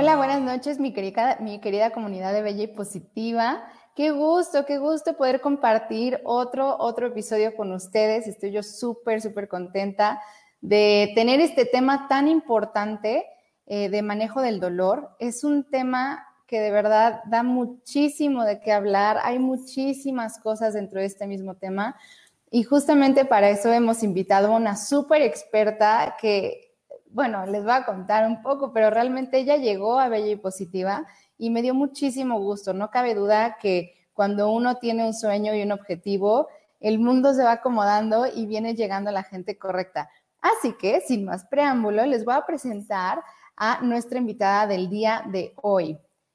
Hola, buenas noches, mi querida comunidad de Bella y Positiva. Qué gusto poder compartir otro episodio con ustedes. Estoy yo súper contenta de tener este tema tan importante de manejo del dolor. Es un tema que de verdad da muchísimo de qué hablar. Hay muchísimas cosas dentro de este mismo tema. Y justamente para eso hemos invitado a una súper experta que, bueno, les voy a contar un poco, pero realmente ella llegó a Bella y Positiva y me dio muchísimo gusto. No cabe duda que cuando uno tiene un sueño y un objetivo, el mundo se va acomodando y viene llegando la gente correcta. Así que, sin más preámbulo, les voy a presentar a nuestra invitada del día de hoy.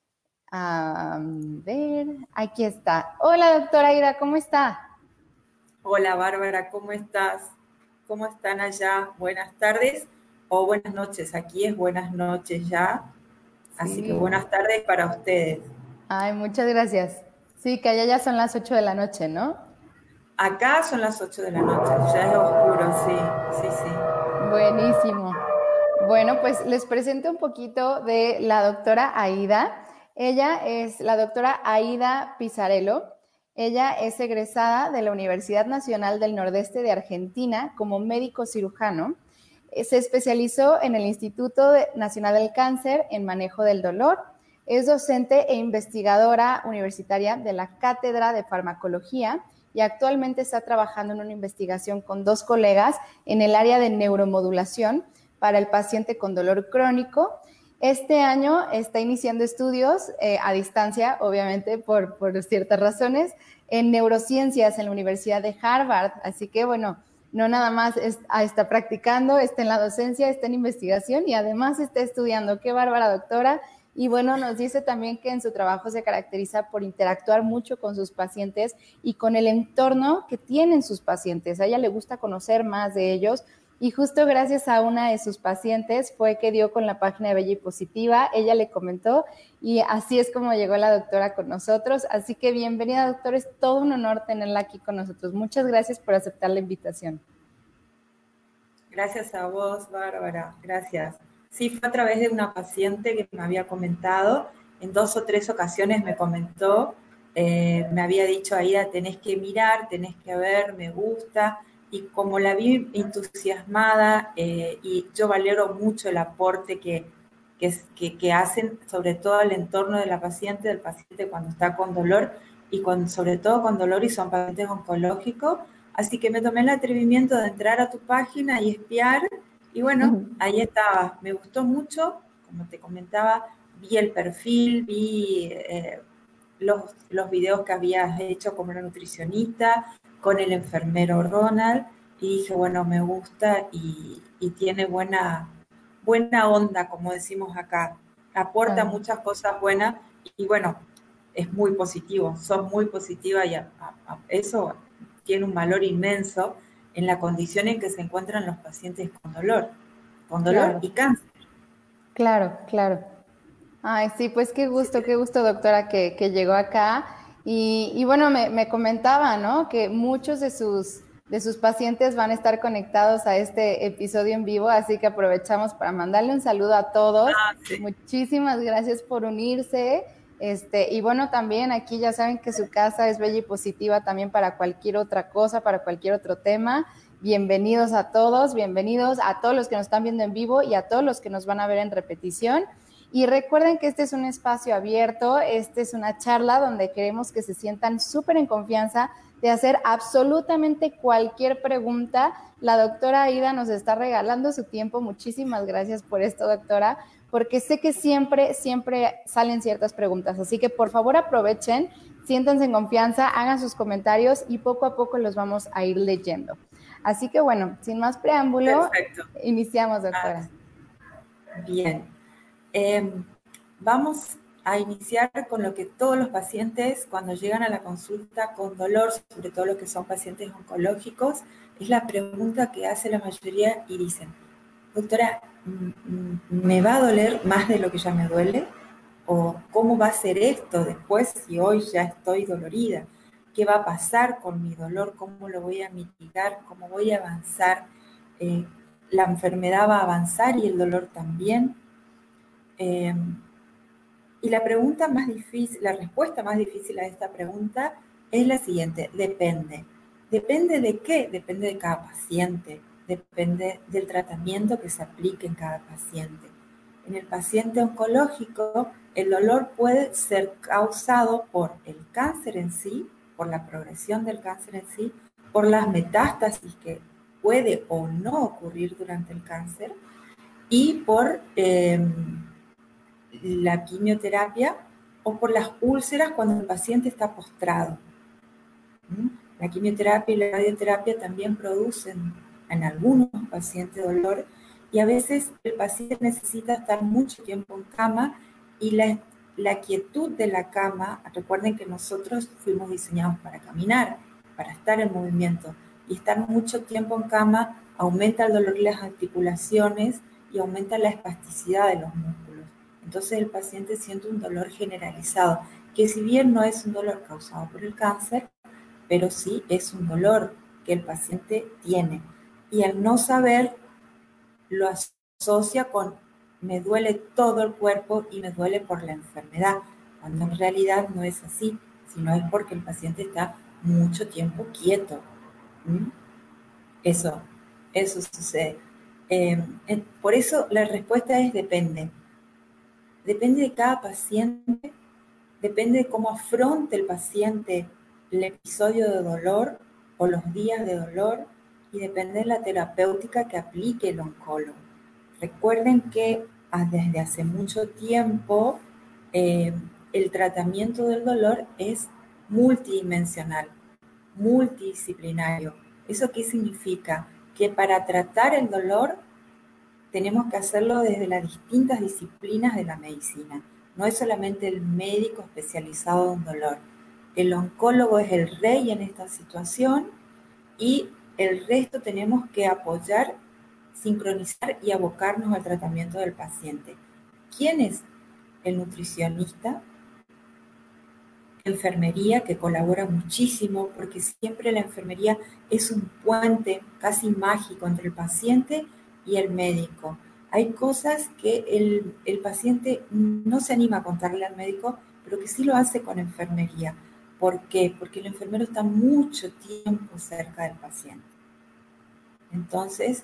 A ver, aquí está. Hola, doctora Ida, ¿cómo está? Hola Bárbara, ¿cómo estás? ¿Cómo están allá? Buenas tardes o buenas noches. Aquí es buenas noches ya, así que Sí. buenas tardes para ustedes. Ay, muchas gracias. Sí, que allá ya son las 8 de la noche, ¿no? Acá son las 8 de la noche, ya es oscuro, sí. Buenísimo. Bueno, pues les presento un poquito de la doctora Aida. Ella es la doctora Aida Pizarello. Ella es egresada de la Universidad Nacional del Nordeste de Argentina como médico cirujano. Se especializó en el Instituto Nacional del Cáncer en manejo del dolor. Es docente e investigadora universitaria de la Cátedra de Farmacología y actualmente está trabajando en una investigación con dos colegas en el área de neuromodulación para el paciente con dolor crónico. Este año está iniciando estudios a distancia, obviamente por ciertas razones, en neurociencias en la Universidad de Harvard. Así que, bueno, no nada más está practicando, está en la docencia, está en investigación y además está estudiando. ¡Qué bárbara, doctora! Y bueno, nos dice también que en su trabajo se caracteriza por interactuar mucho con sus pacientes y con el entorno que tienen sus pacientes. A ella le gusta conocer más de ellos y justo gracias a una de sus pacientes fue que dio con la página de Bella y Positiva. Ella le comentó y así es como llegó la doctora con nosotros. Así que bienvenida, doctora. Es todo un honor tenerla aquí con nosotros. Muchas gracias por aceptar la invitación. Gracias a vos, Bárbara, gracias. Sí, fue a través de una paciente que me había comentado, en 2 o 3 ocasiones me comentó, me había dicho, Aida, tenés que mirar, tenés que ver, me gusta, y como la vi entusiasmada, y yo valoro mucho el aporte que hacen, sobre todo al entorno de la paciente, del paciente cuando está con dolor, y sobre todo con dolor y son pacientes oncológicos. Así que me tomé el atrevimiento de entrar a tu página y espiar, y bueno, ahí estaba. Me gustó mucho, como te comentaba, vi el perfil, vi los videos que habías hecho como una nutricionista, con el enfermero Ronald, y dije, bueno, me gusta y tiene buena onda, como decimos acá. Aporta Ah. muchas cosas buenas y bueno, es muy positivo, sos muy positiva y eso tiene un valor inmenso en la condición en que se encuentran los pacientes con dolor Claro, y cáncer. claro. Ay, sí, pues qué gusto, doctora, que llegó acá. Y bueno, me comentaba, ¿no? Que muchos de sus pacientes van a estar conectados a este episodio en vivo, así que aprovechamos para mandarle un saludo a todos. Ah, sí. Muchísimas gracias por unirse. Y bueno, también aquí ya saben que su casa es Bella y Positiva también para cualquier otra cosa, para cualquier otro tema. Bienvenidos a todos los que nos están viendo en vivo y a todos los que nos van a ver en repetición. Y recuerden que este es un espacio abierto, este es una charla donde queremos que se sientan súper en confianza de hacer absolutamente cualquier pregunta. La doctora Aida nos está regalando su tiempo. Muchísimas gracias por esto, doctora, porque sé que siempre salen ciertas preguntas. Así que por favor aprovechen, siéntanse en confianza, hagan sus comentarios y poco a poco los vamos a ir leyendo. Así que bueno, sin más preámbulo, Perfecto. iniciamos, Ah, doctora. bien. Eh, Vamos a iniciar con lo que todos los pacientes cuando llegan a la consulta con dolor, sobre todo los que son pacientes oncológicos, es la pregunta que hace la mayoría y dicen, doctora, ¿me va a doler más de lo que ya me duele? ¿O cómo va a ser esto después si hoy ya estoy dolorida? ¿Qué va a pasar con mi dolor? ¿Cómo lo voy a mitigar? ¿Cómo voy a avanzar? Eh, ¿La enfermedad va a avanzar y el dolor también? Y la pregunta más difícil, la respuesta más difícil a esta pregunta es la siguiente: depende. ¿Depende de qué? Depende de cada paciente, depende del tratamiento que se aplique en cada paciente. En el paciente oncológico, el dolor puede ser causado por el cáncer en sí, por la progresión del cáncer en sí, por las metástasis que puede o no ocurrir durante el cáncer y por la quimioterapia o por las úlceras cuando el paciente está postrado. La quimioterapia y la radioterapia también producen en algunos pacientes dolor y a veces el paciente necesita estar mucho tiempo en cama y la quietud de la cama, recuerden que nosotros fuimos diseñados para caminar, para estar en movimiento, y estar mucho tiempo en cama aumenta el dolor de las articulaciones y aumenta la espasticidad de los músculos. Entonces el paciente siente un dolor generalizado, que si bien no es un dolor causado por el cáncer, pero sí es un dolor que el paciente tiene. Y al no saber, lo asocia con me duele todo el cuerpo y me duele por la enfermedad, cuando en realidad no es así, sino es porque el paciente está mucho tiempo quieto. Eso sucede. Por eso la respuesta es depende. Depende de cada paciente, depende de cómo afronte el paciente el episodio de dolor o los días de dolor y depende de la terapéutica que aplique el oncólogo. Recuerden que desde hace mucho tiempo el tratamiento del dolor es multidimensional, multidisciplinario. ¿Eso qué significa? Que para tratar el dolor tenemos que hacerlo desde las distintas disciplinas de la medicina. No es solamente el médico especializado en dolor. El oncólogo es el rey en esta situación y el resto tenemos que apoyar, sincronizar y abocarnos al tratamiento del paciente. ¿Quién es? El nutricionista, enfermería, que colabora muchísimo porque siempre la enfermería es un puente casi mágico entre el paciente y el médico. Hay cosas que el paciente no se anima a contarle al médico, pero que sí lo hace con enfermería. ¿Por qué? Porque el enfermero está mucho tiempo cerca del paciente. Entonces,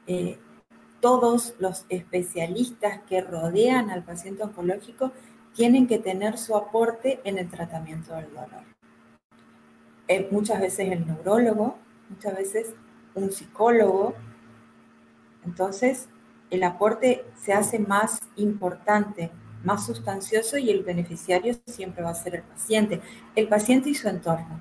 todos los especialistas que rodean al paciente oncológico tienen que tener su aporte en el tratamiento del dolor. Muchas veces el neurólogo, muchas veces un psicólogo. Entonces, el aporte se hace más importante, más sustancioso y el beneficiario siempre va a ser el paciente y su entorno.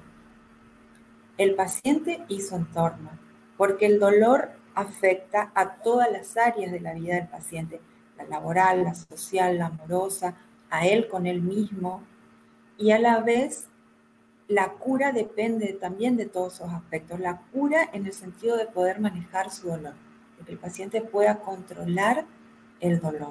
El paciente y su entorno, porque el dolor afecta a todas las áreas de la vida del paciente, la laboral, la social, la amorosa, a él con él mismo, y a la vez la cura depende también de todos esos aspectos. La cura en el sentido de poder manejar su dolor, de que el paciente pueda controlar el dolor.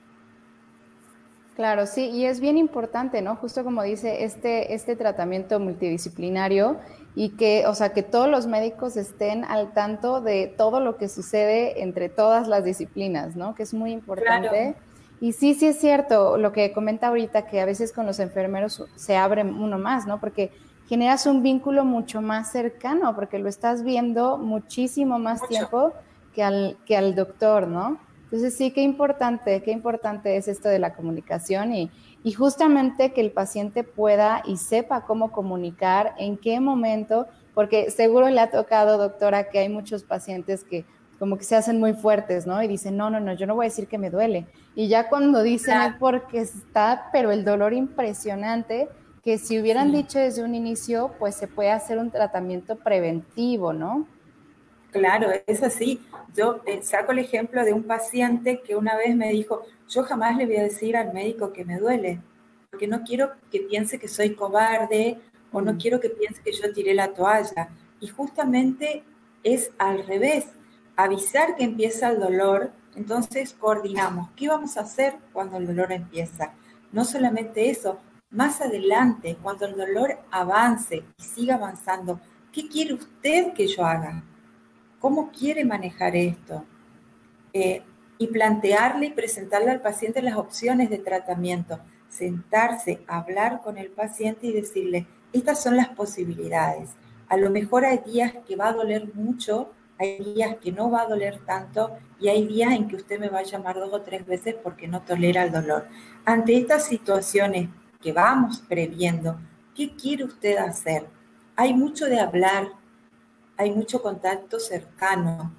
Claro, sí, y es bien importante, ¿no? Justo como dice, este tratamiento multidisciplinario y que, o sea, que todos los médicos estén al tanto de todo lo que sucede entre todas las disciplinas, ¿no? Que es muy importante. Claro. Y sí, sí es cierto lo que comenta ahorita, que a veces con los enfermeros se abre uno más, ¿no? Porque generas un vínculo mucho más cercano, porque lo estás viendo muchísimo más tiempo que al doctor, ¿no? Entonces sí, qué importante es esto de la comunicación y justamente que el paciente pueda y sepa cómo comunicar, en qué momento, porque seguro le ha tocado, doctora, que hay muchos pacientes que como que se hacen muy fuertes, ¿no? Y dicen, no, yo no voy a decir que me duele. Y ya cuando dicen es porque está, pero el dolor impresionante, que si hubieran dicho desde un inicio, pues se puede hacer un tratamiento preventivo, ¿no? Claro, es así. Yo saco el ejemplo de un paciente que una vez me dijo, yo jamás le voy a decir al médico que me duele, porque no quiero que piense que soy cobarde o no quiero que piense que yo tiré la toalla. Y justamente es al revés, avisar que empieza el dolor, entonces coordinamos. ¿Qué vamos a hacer cuando el dolor empieza? No solamente eso, más adelante, cuando el dolor avance y siga avanzando, ¿qué quiere usted que yo haga? ¿Cómo quiere manejar esto? Y plantearle y presentarle al paciente las opciones de tratamiento. sentarse, hablar con el paciente y decirle, estas son las posibilidades. A lo mejor hay días que va a doler mucho, hay días que no va a doler tanto y hay días en que usted me va a llamar 2 o 3 veces porque no tolera el dolor. Ante estas situaciones que vamos previendo, ¿qué quiere usted hacer? Hay mucho de hablar, hay mucho contacto cercano.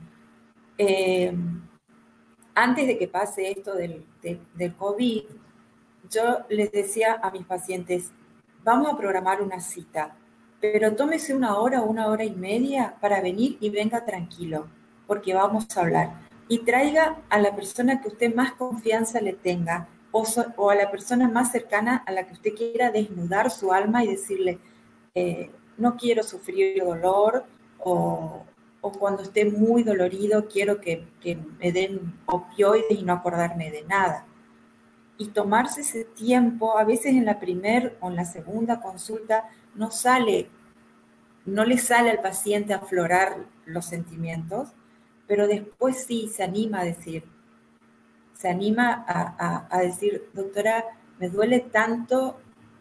Antes de que pase esto del COVID, yo les decía a mis pacientes, vamos a programar una cita, pero tómese 1 hora o 1 hora y media para venir y venga tranquilo, porque vamos a hablar. Y traiga a la persona que usted más confianza le tenga o a la persona más cercana a la que usted quiera desnudar su alma y decirle, no quiero sufrir dolor o cuando esté muy dolorido quiero que me den opioides y no acordarme de nada. Y tomarse ese tiempo, a veces en la primera o en la segunda consulta no le sale al paciente a aflorar los sentimientos, pero después sí se anima a decir, se anima a decir, doctora, me duele tanto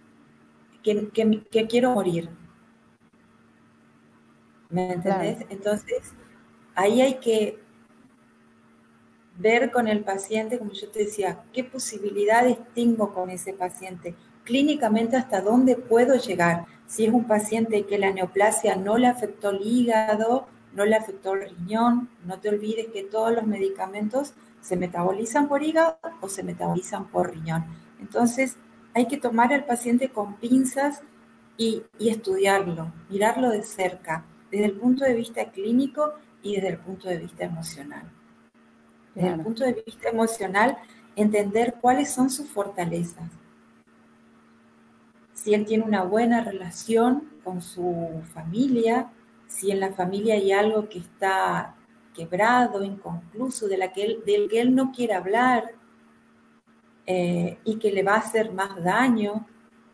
que quiero morir. ¿Me entendés? Claro. Entonces, ahí hay que ver con el paciente, como yo te decía, qué posibilidades tengo con ese paciente, clínicamente hasta dónde puedo llegar. Si es un paciente que la neoplasia no le afectó el hígado, no le afectó el riñón, no te olvides que todos los medicamentos se metabolizan por hígado o se metabolizan por riñón. Entonces, hay que tomar al paciente con pinzas y estudiarlo, mirarlo de cerca, desde el punto de vista clínico y desde el punto de vista emocional. Desde el Claro. punto de vista emocional, entender cuáles son sus fortalezas. Si él tiene una buena relación con su familia, si en la familia hay algo que está quebrado, inconcluso, del que él no quiere hablar y que le va a hacer más daño.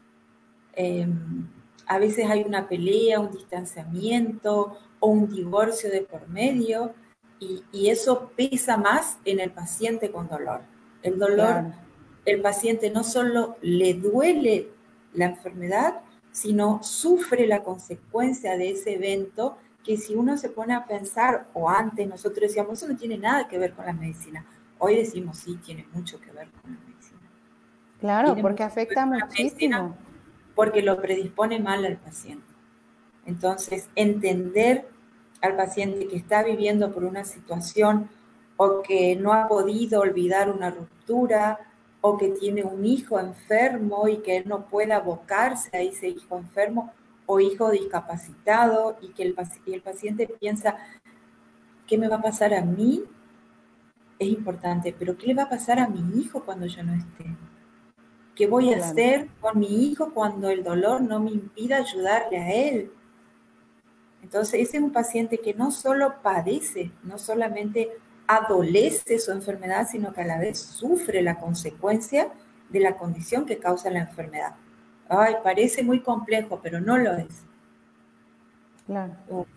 A veces hay una pelea, un distanciamiento o un divorcio de por medio y eso pesa más en el paciente con dolor. El dolor, Claro. el paciente no solo le duele la enfermedad, sino sufre la consecuencia de ese evento que si uno se pone a pensar, o antes nosotros decíamos, eso no tiene nada que ver con la medicina. Hoy decimos, sí, tiene mucho que ver con la medicina. Claro, Tiene porque mucho que ver afecta con la medicina muchísimo. porque lo predispone mal al paciente. Entonces, entender al paciente que está viviendo por una situación o que no ha podido olvidar una ruptura o que tiene un hijo enfermo y que él no puede abocarse a ese hijo enfermo o hijo discapacitado y que el paciente piensa, ¿qué me va a pasar a mí? Es importante, pero ¿qué le va a pasar a mi hijo cuando yo no esté? ¿Qué voy a Claro. hacer con mi hijo cuando el dolor no me impida ayudarle a él? Entonces, ese es un paciente que no solo padece, no solamente adolece su enfermedad, sino que a la vez sufre la consecuencia de la condición que causa la enfermedad. Ay, parece muy complejo, pero no lo es. Claro.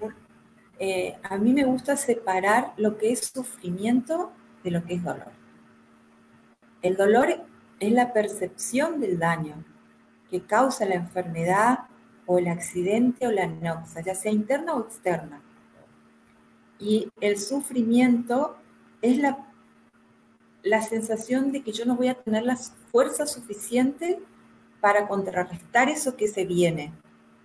A mí me gusta separar lo que es sufrimiento de lo que es dolor. El dolor es la percepción del daño que causa la enfermedad o el accidente o la noxa, ya sea interna o externa. Y el sufrimiento es la sensación de que yo no voy a tener la fuerza suficiente para contrarrestar eso que se viene.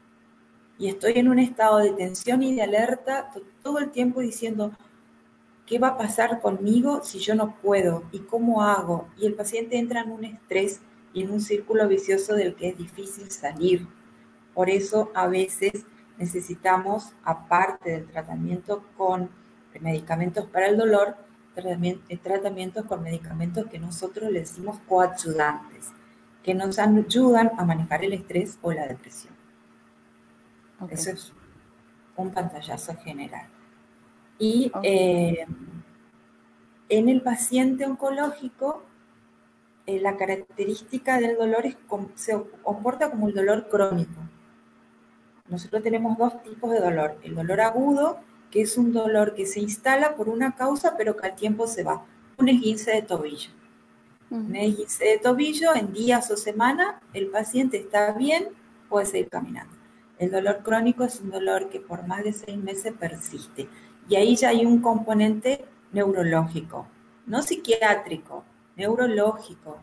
Y estoy en un estado de tensión y de alerta todo el tiempo diciendo, ¿qué va a pasar conmigo si yo no puedo? ¿Y cómo hago? Y el paciente entra en un estrés y en un círculo vicioso del que es difícil salir. Por eso a veces necesitamos, aparte del tratamiento con medicamentos para el dolor, tratamientos con medicamentos que nosotros le decimos coadyuvantes, que nos ayudan a manejar el estrés o la depresión. Okay. Eso es un pantallazo general. Y Okay. en el paciente oncológico, la característica del dolor se comporta como el dolor crónico. Nosotros tenemos 2 tipos de dolor. El dolor agudo, que es un dolor que se instala por una causa, pero que al tiempo se va. Un esguince de tobillo. Un esguince de tobillo, en días o semanas, el paciente está bien, puede seguir caminando. El dolor crónico es un dolor que por más de 6 meses persiste. Y ahí ya hay un componente neurológico, no psiquiátrico, neurológico.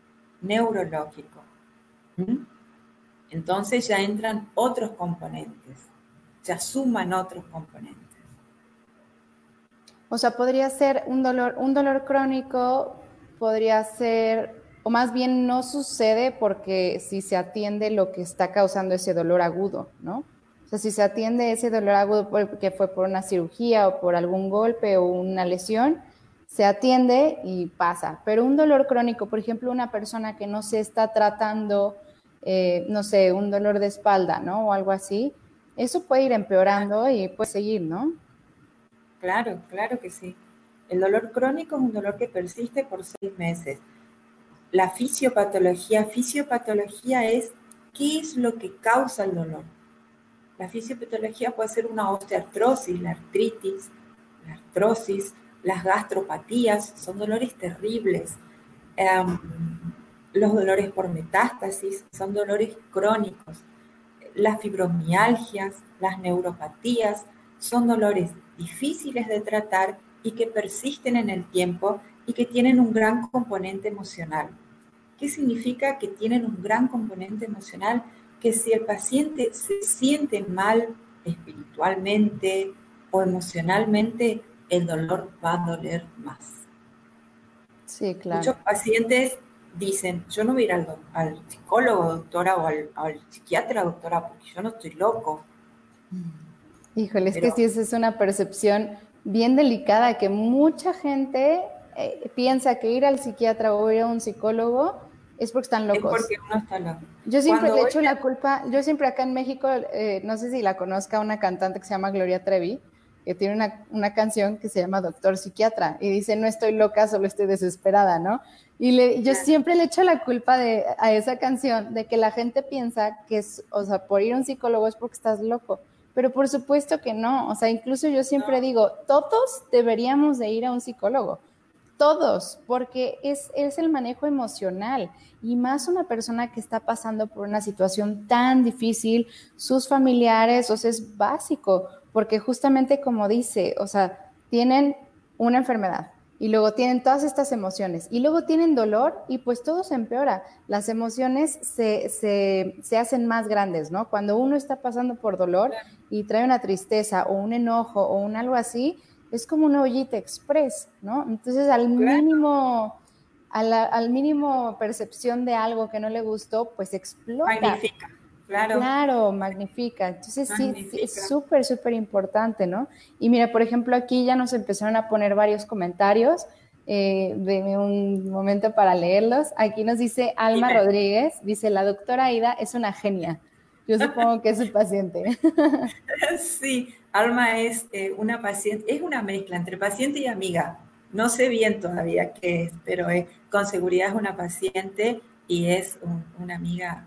¿Mm? Entonces ya entran otros componentes, ya suman otros componentes. O sea, podría ser un dolor crónico, podría ser, o más bien no sucede porque si se atiende lo que está causando ese dolor agudo, ¿no? O sea, si se atiende ese dolor agudo porque fue por una cirugía o por algún golpe o una lesión, se atiende y pasa. Pero un dolor crónico, por ejemplo, una persona que no se está tratando, no sé, un dolor de espalda, ¿no? O algo así, eso puede ir empeorando y puede seguir, ¿no? Claro, claro que sí. El dolor crónico es un dolor que persiste por 6 meses. La fisiopatología es qué es lo que causa el dolor. La fisiopatología puede ser una osteoartrosis, la artritis, la artrosis, las gastropatías, son dolores terribles. Los dolores por metástasis son dolores crónicos. Las fibromialgias, las neuropatías, son dolores difíciles de tratar y que persisten en el tiempo y que tienen un gran componente emocional. ¿Qué significa que tienen un gran componente emocional? Que si el paciente se siente mal espiritualmente o emocionalmente, el dolor va a doler más. Sí, claro. Muchos pacientes dicen, yo no voy a ir al psicólogo, doctora, o al psiquiatra, doctora, porque yo no estoy loco. Híjole, es que Pero sí, esa es una percepción bien delicada que mucha gente piensa que ir al psiquiatra o ir a un psicólogo es porque están es locos. porque uno está loco. Yo siempre Cuando le voy echo la culpa, yo siempre acá en México, no sé si la conozca una cantante que se llama Gloria Trevi, que tiene una canción que se llama Doctor Psiquiatra y dice, no estoy loca, solo estoy desesperada, ¿no? Yo siempre le echo la culpa a esa canción de que la gente piensa que es, o sea, por ir a un psicólogo es porque estás loco, pero por supuesto que no, o sea, incluso yo siempre no, digo, todos deberíamos de ir a un psicólogo, todos, porque es el manejo emocional y más una persona que está pasando por una situación tan difícil, sus familiares, o sea, es básico, porque justamente como dice, o sea, tienen una enfermedad y luego tienen todas estas emociones y luego tienen dolor y pues todo se empeora. Las emociones se hacen más grandes, ¿no? Cuando uno está pasando por dolor y trae una tristeza o un enojo o un algo así, es como una ollita express, ¿no? Entonces al mínimo percepción de algo que no le gustó, pues explota. magnifica, claro, Claro, magnifica. Entonces sí, es magnifica. súper, súper importante, ¿no? Y mira, por ejemplo, aquí ya nos empezaron a poner varios comentarios. Deme un momento para leerlos. Aquí nos dice Alma Dime. Rodríguez, dice, la doctora Aida es una genia. Yo supongo que es su paciente. Sí, Alma es una paciente, es una mezcla entre paciente y amiga. No sé bien todavía qué es, pero con seguridad es una paciente y es una amiga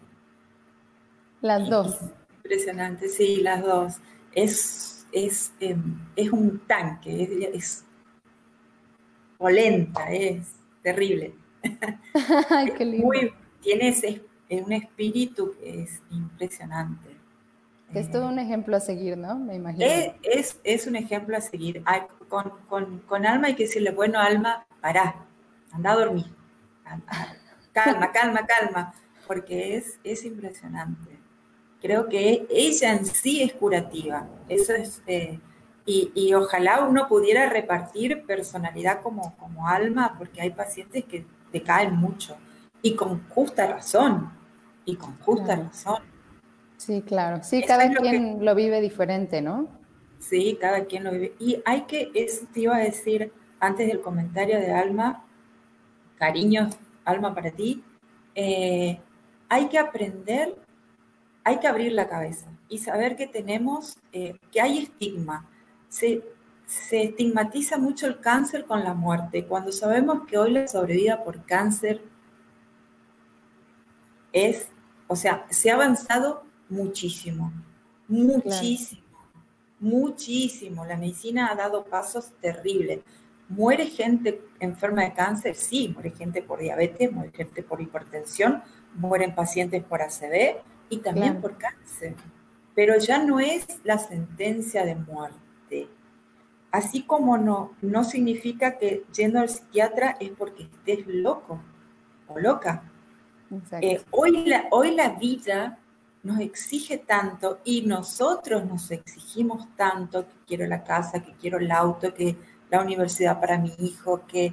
Las dos. impresionante. Sí, las dos. Es un tanque, es polenta, es terrible. Ay, qué lindo. Tiene un espíritu que es impresionante. Que es todo un ejemplo a seguir, ¿no? Me imagino. Es un ejemplo a seguir. Con Alma hay que decirle, bueno, Alma, pará, anda a dormir. Calma, calma, calma, porque es impresionante. Creo que ella en sí es curativa. Eso es, y ojalá uno pudiera repartir personalidad como Alma, porque hay pacientes que te caen mucho. Y con justa razón. Y con justa Claro. razón. Sí, claro. Sí, Eso es cada lo que quien lo vive diferente, ¿no? sí, cada quien lo vive. Y eso te iba a decir antes del comentario de Alma, cariños, Alma, para ti, eh, hay que aprender, hay que abrir la cabeza y saber que que hay estigma. Se estigmatiza mucho el cáncer con la muerte, cuando sabemos que hoy la sobrevida por cáncer es, o sea, se ha avanzado muchísimo, Claro. muchísimo, muchísimo. La medicina ha dado pasos terribles. ¿Muere gente enferma de cáncer? Sí, muere gente por diabetes, muere gente por hipertensión, mueren pacientes por ACV y también Claro, por cáncer. Pero ya no es la sentencia de muerte. Así como no significa que yendo al psiquiatra es porque estés loco o loca. exacto. Hoy la vida nos exige tanto y nosotros nos exigimos tanto, que quiero la casa, que quiero el auto, que la universidad para mi hijo, que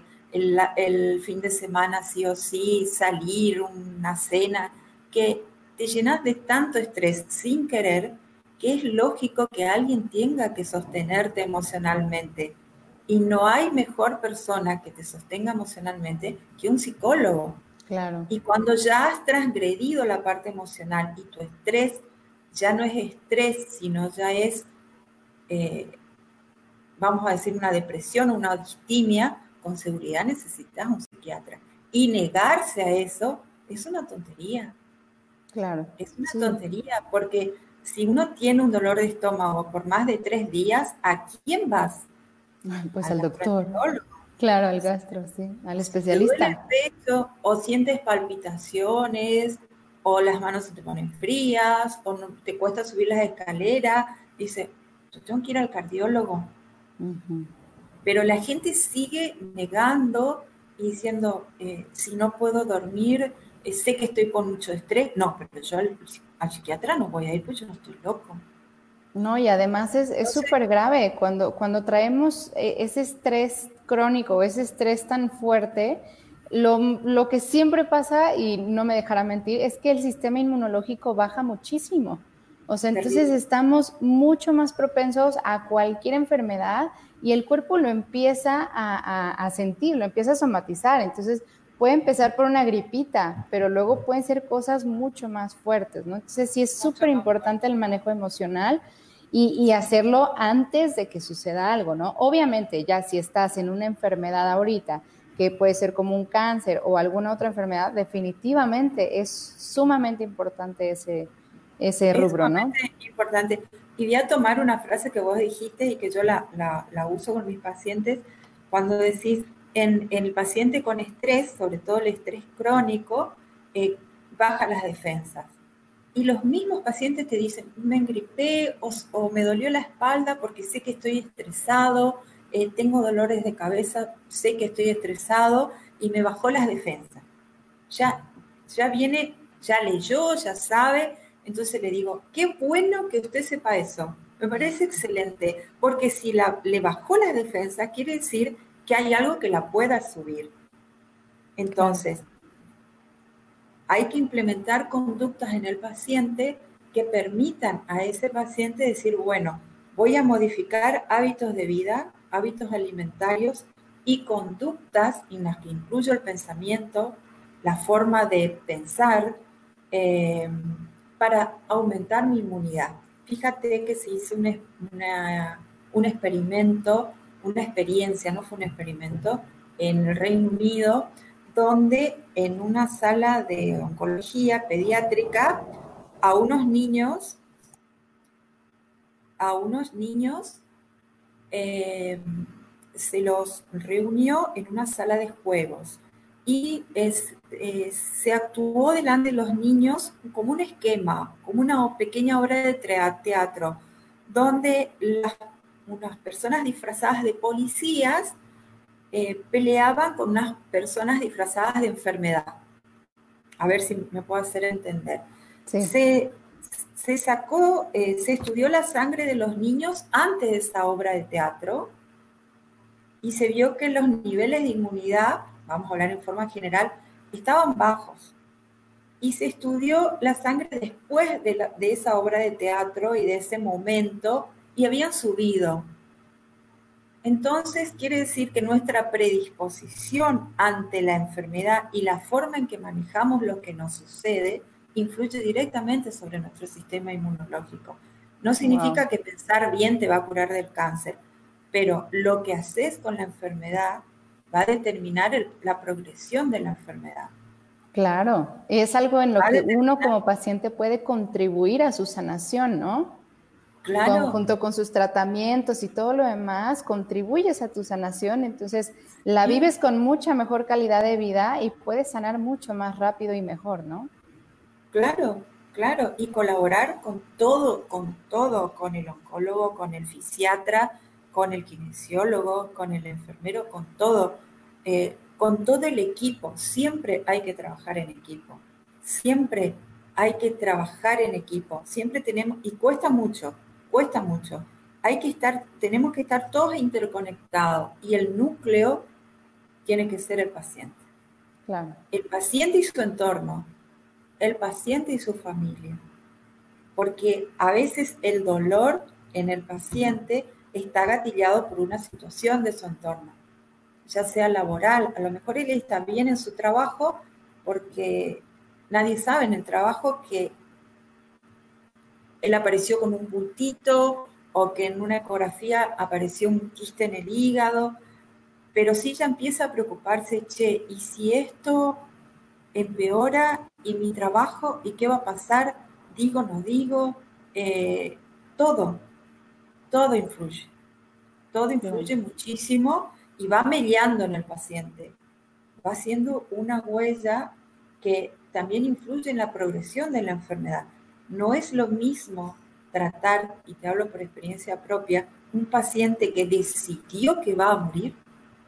el fin de semana sí o sí, salir, una cena, que te llenas de tanto estrés sin querer, que es lógico que alguien tenga que sostenerte emocionalmente. Y no hay mejor persona que te sostenga emocionalmente que un psicólogo. Claro. Y cuando ya has transgredido la parte emocional y tu estrés ya no es estrés, sino ya es, eh, vamos a decir, una depresión o una distimia, con seguridad necesitas un psiquiatra. Y negarse a eso es una tontería. Claro, Es una sí, tontería porque si uno tiene un dolor de estómago por más de 3 días, ¿a quién vas? pues Al al doctor, gastroenterólogo. claro, al gastro, sí, al O si te duele el especialista. pecho, o sientes palpitaciones, o las manos se te ponen frías, o no, te cuesta subir las escaleras, dice, yo tengo que ir al cardiólogo. Ujú. Pero la gente sigue negando y diciendo, si no puedo dormir, sé que estoy con mucho estrés. No, pero yo al psiquiatra no voy a ir, pues yo no estoy loco. No, y además es Entonces, súper grave cuando traemos ese estrés crónico, ese estrés tan fuerte, lo que siempre pasa, y no me dejará mentir, es que el sistema inmunológico baja muchísimo. O sea, entonces terrible. estamos mucho más propensos a cualquier enfermedad y el cuerpo lo empieza a sentir, lo empieza a somatizar. Entonces puede empezar por una gripita, pero luego pueden ser cosas mucho más fuertes, ¿no? Entonces sí es Mucho súper más fuerte. importante el manejo emocional y hacerlo antes de que suceda algo, ¿no? Obviamente, ya si estás en una enfermedad ahorita, que puede ser como un cáncer o alguna otra enfermedad, definitivamente es sumamente importante ese Es rubro, ¿no? sumamente importante. Y voy a tomar una frase que vos dijiste y que yo la uso con mis pacientes cuando decís en el paciente con estrés, sobre todo el estrés crónico, baja las defensas. Y los mismos pacientes te dicen, me engripé o me dolió la espalda porque sé que estoy estresado, tengo dolores de cabeza, sé que estoy estresado y me bajó las defensas. Ya, ya viene, ya leyó, ya sabe. Entonces le digo, qué bueno que usted sepa eso. Me parece excelente, porque si le bajó las defensas, quiere decir que hay algo que la pueda subir. Claro. Entonces, hay que implementar conductas en el paciente que permitan a ese paciente decir, bueno, voy a modificar hábitos de vida, hábitos alimentarios y conductas en las que incluyo el pensamiento, la forma de pensar, eh, para aumentar mi inmunidad. Fíjate que se hizo un experimento, una experiencia, no fue un experimento, en el Reino Unido, donde en una sala de oncología pediátrica a unos niños, a unos niños eh, se los reunió en una sala de juegos y se actuó delante de los niños como un esquema, como una pequeña obra de teatro, donde unas personas disfrazadas de policías peleaban con unas personas disfrazadas de enfermedad. A ver si me puedo hacer entender. Sí, Se, se sacó, se estudió la sangre de los niños antes de esa obra de teatro y se vio que los niveles de inmunidad, vamos a hablar en forma general, estaban bajos. Y se estudió la sangre después de esa obra de teatro y de ese momento y habían subido. Entonces, quiere decir que nuestra predisposición ante la enfermedad y la forma en que manejamos lo que nos sucede influye directamente sobre nuestro sistema inmunológico. No wow. significa que pensar bien te va a curar del cáncer, pero lo que haces con la enfermedad va a determinar la progresión de la enfermedad. Claro, es algo en lo Va a que uno determinar, como paciente puede contribuir a su sanación, ¿no? Claro, junto con sus tratamientos y todo lo demás, contribuyes a tu sanación, entonces la sí, vives con mucha mejor calidad de vida y puedes sanar mucho más rápido y mejor, ¿no? claro, claro. Y colaborar con todo, con el oncólogo, con el fisiatra, con el kinesiólogo, con el enfermero, con todo el equipo. Siempre hay que trabajar en equipo. Siempre hay que trabajar en equipo. Siempre tenemos, y cuesta mucho, cuesta mucho. Tenemos que estar todos interconectados y el núcleo tiene que ser el paciente. Claro, El paciente y su entorno, el paciente y su familia, porque a veces el dolor en el paciente está gatillado por una situación de su entorno, ya sea laboral, a lo mejor él está bien en su trabajo porque nadie sabe en el trabajo que él apareció con un puntito o que en una ecografía apareció un quiste en el hígado, pero si ella empieza a preocuparse, che, ¿y si esto empeora y mi trabajo y qué va a pasar? Digo, no digo, eh, todo, todo todo claro. influye muchísimo y va mellando en el paciente, va haciendo una huella que también influye en la progresión de la enfermedad. No es lo mismo tratar, y te hablo por experiencia propia, un paciente que decidió que va a morir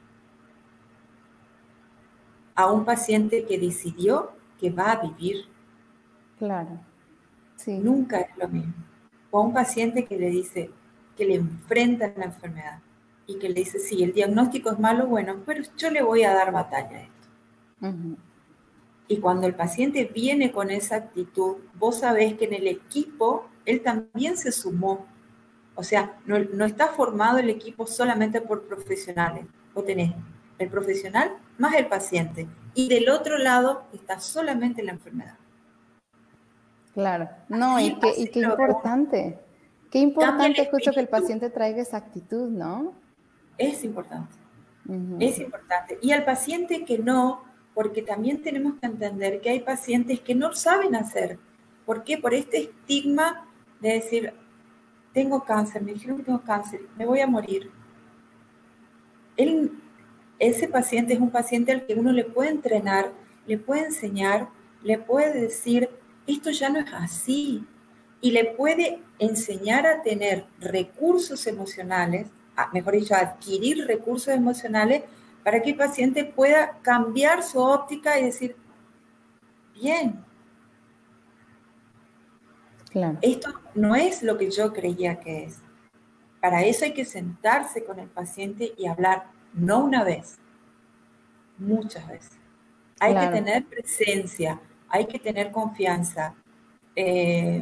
a un paciente que decidió que va a vivir. Claro, sí, Nunca es lo mismo. O a un paciente que le dice, que le enfrenta la enfermedad y que le dice, sí, el diagnóstico es malo, bueno, pero yo le voy a dar batalla a esto. ujú, Y cuando el paciente viene con esa actitud, vos sabés que en el equipo él también se sumó. O sea, no está formado el equipo solamente por profesionales. Vos tenés el profesional más el paciente. Y del otro lado está solamente la enfermedad. claro. No, Así y pase lo que uno qué cambia el importante justo que el espíritu. paciente traiga esa actitud, ¿no? Es importante. Ujú, Es importante. Y al paciente que no, porque también tenemos que entender que hay pacientes que no saben hacer. ¿Por qué? Por este estigma de decir, tengo cáncer, me dijeron que tengo cáncer, me voy a morir. Él, ese paciente es un paciente al que uno le puede entrenar, le puede enseñar, le puede decir, esto ya no es así. Y le puede enseñar a tener recursos emocionales, mejor dicho, a adquirir recursos emocionales para que el paciente pueda cambiar su óptica y decir, bien, claro, esto no es lo que yo creía que es. Para eso hay que sentarse con el paciente y hablar, no una vez, muchas veces. Hay que claro. tener presencia, hay que tener confianza. Eh,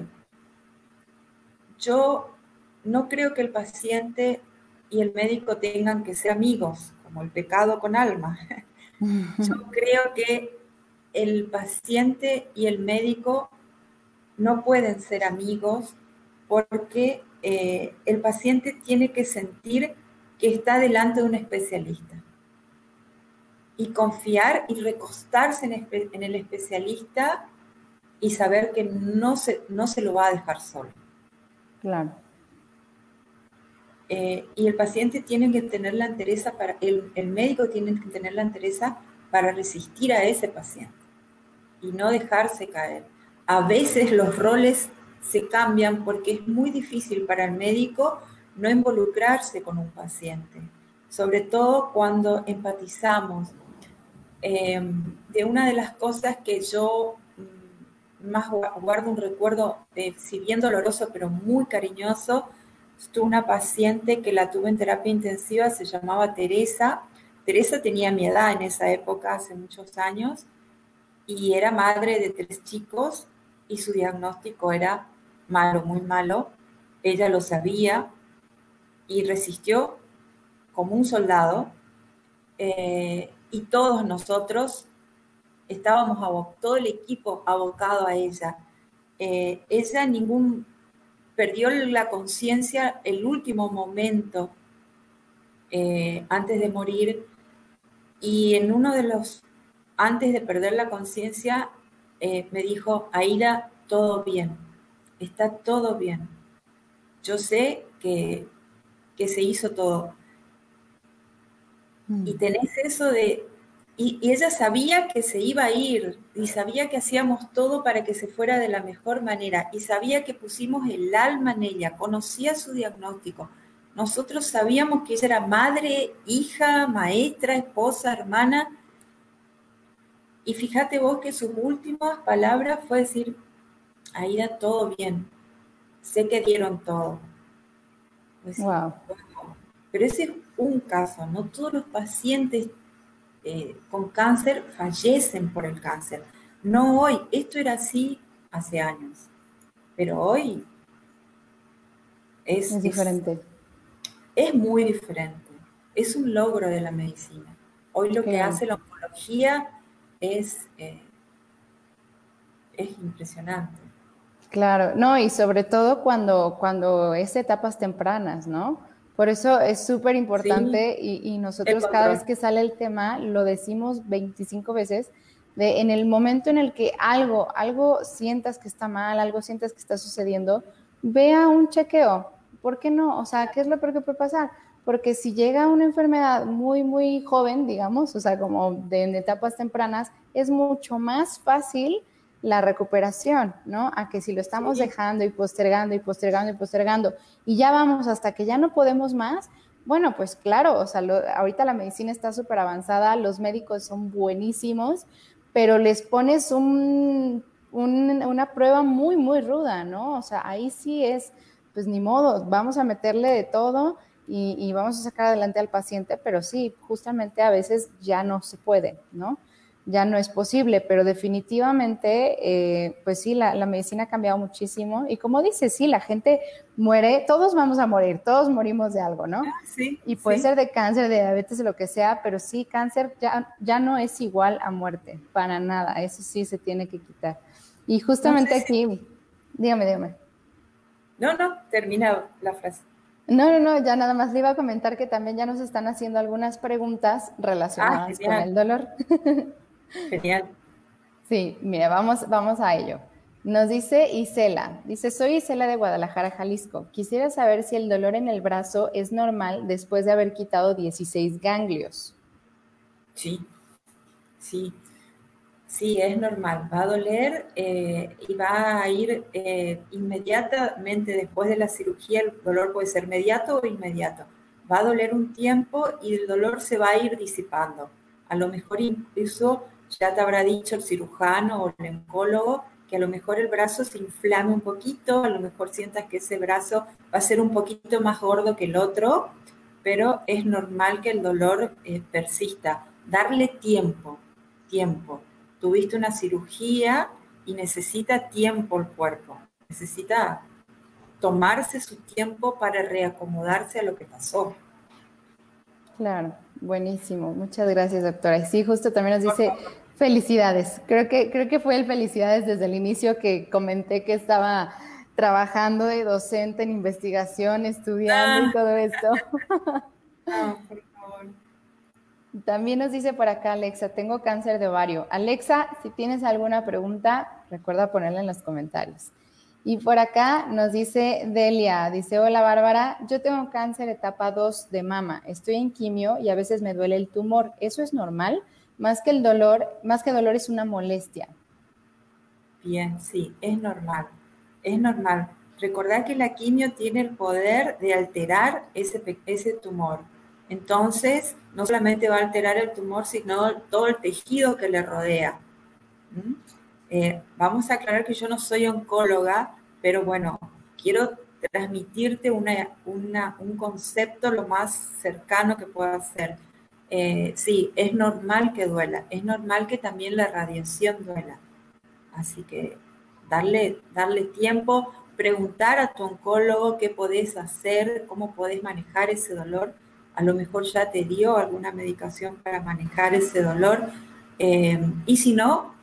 yo no creo que el paciente y el médico tengan que ser amigos, como el pecado con alma. Yo creo que el paciente y el médico no pueden ser amigos porque el paciente tiene que sentir que está delante de un especialista y confiar y recostarse en el especialista y saber que no se lo va a dejar solo. Claro, Y el paciente tiene que tener la entereza el médico tiene que tener la entereza para resistir a ese paciente y no dejarse caer. A veces los roles se cambian porque es muy difícil para el médico no involucrarse con un paciente, sobre todo cuando empatizamos. De una de las cosas que yo más guardo un recuerdo, si bien doloroso, pero muy cariñoso, tuve una paciente que la tuve en terapia intensiva, se llamaba Teresa. Teresa tenía mi edad en esa época, hace muchos años, y era madre de 3 chicos y su diagnóstico era malo, muy malo. Ella lo sabía y resistió como un soldado, y todos nosotros estábamos, todo el equipo abocado a ella. Ella perdió la conciencia el último momento antes de morir y en uno de los, antes de perder la conciencia, me dijo, Aida, todo bien, está todo bien. yo sé que se hizo todo. Y tenés eso de... Y ella sabía que se iba a ir, y sabía que hacíamos todo para que se fuera de la mejor manera, y sabía que pusimos el alma en ella, conocía su diagnóstico. Nosotros sabíamos que ella era madre, hija, maestra, esposa, hermana, y fíjate vos que sus últimas palabras fue decir, Aida, todo bien, sé que dieron todo. Pues sí, Wow. pero ese es un caso, no todos los pacientes con cáncer fallecen por el cáncer. No hoy, esto era así hace años, pero hoy es, Es es, diferente. es muy diferente. Es un logro de la medicina. Hoy lo que Claro. hace la oncología es impresionante. Claro, no, y sobre todo cuando es etapas tempranas, ¿no? Por eso es súper Sí, importante y el nosotros cada vez control. que sale el tema lo decimos 25 veces, de en el momento en el que algo sientas que está mal, algo sientas que está sucediendo, vea un chequeo. ¿Por qué no? O sea, ¿qué es lo peor que puede pasar? Porque si llega una enfermedad muy, muy joven, digamos, o sea, como de etapas tempranas, es mucho más fácil la recuperación, ¿no? A que si lo estamos Sí, dejando y postergando y postergando y postergando y ya vamos hasta que ya no podemos más, bueno, pues claro, o sea, ahorita la medicina está súper avanzada, los médicos son buenísimos, pero les pones una prueba muy, muy ruda, ¿no? O sea, ahí sí es, pues ni modo, vamos a meterle de todo y vamos a sacar adelante al paciente, pero sí, justamente a veces ya no se puede, ¿no? Ya no es posible, pero definitivamente, pues sí, la medicina ha cambiado muchísimo y como dices, sí, la gente muere, todos vamos a morir, todos morimos de algo, ¿no? sí, Y puede sí. ser de cáncer, de diabetes, de lo que sea, pero sí, cáncer ya no es igual a muerte, para nada, eso sí se tiene que quitar. Y No sé justamente si... aquí, dígame. No, no, termina la frase. No, ya nada más le iba a comentar que también ya nos están haciendo algunas preguntas Ah, relacionadas con genial, el dolor. genial. Sí, mira, vamos a ello. Nos dice Isela, dice, soy Isela de Guadalajara, Jalisco. Quisiera saber si el dolor en el brazo es normal después de haber quitado 16 ganglios. Sí, sí. Sí, es normal, va a doler y va a ir inmediatamente después de la cirugía, el dolor puede ser mediato o inmediato. Va a doler un tiempo y el dolor se va a ir disipando. A lo mejor incluso ya te habrá dicho el cirujano o el oncólogo que a lo mejor el brazo se inflame un poquito, a lo mejor sientas que ese brazo va a ser un poquito más gordo que el otro, pero es normal que el dolor persista. Darle tiempo, tiempo. Tuviste una cirugía y necesita tiempo el cuerpo, necesita tomarse su tiempo para reacomodarse a lo que pasó. Claro, buenísimo. Muchas gracias, doctora. Y sí, justo también nos Por dice favor. felicidades. Creo que fue el felicidades desde el inicio que comenté que estaba trabajando de docente en investigación, estudiando y Ah, todo esto. no, por favor. También nos dice por acá Alexa, tengo cáncer de ovario. Alexa, si tienes alguna pregunta, recuerda ponerla en los comentarios. Y por acá nos dice Delia, dice, hola Bárbara, yo tengo cáncer etapa 2 de mama, estoy en quimio y a veces me duele el tumor. ¿Eso es normal? Más que dolor es una molestia. Bien, sí, es normal, es normal. Recordad que la quimio tiene el poder de alterar ese tumor. Entonces, no solamente va a alterar el tumor, sino todo el tejido que le rodea. ¿Mm? Vamos a aclarar que yo no soy oncóloga, pero bueno, quiero transmitirte un concepto lo más cercano que pueda ser. Sí, es normal que duela, es normal que también la radiación duela. Así que darle tiempo, preguntar a tu oncólogo qué podés hacer, cómo podés manejar ese dolor. A lo mejor ya te dio alguna medicación para manejar ese dolor. Y si no,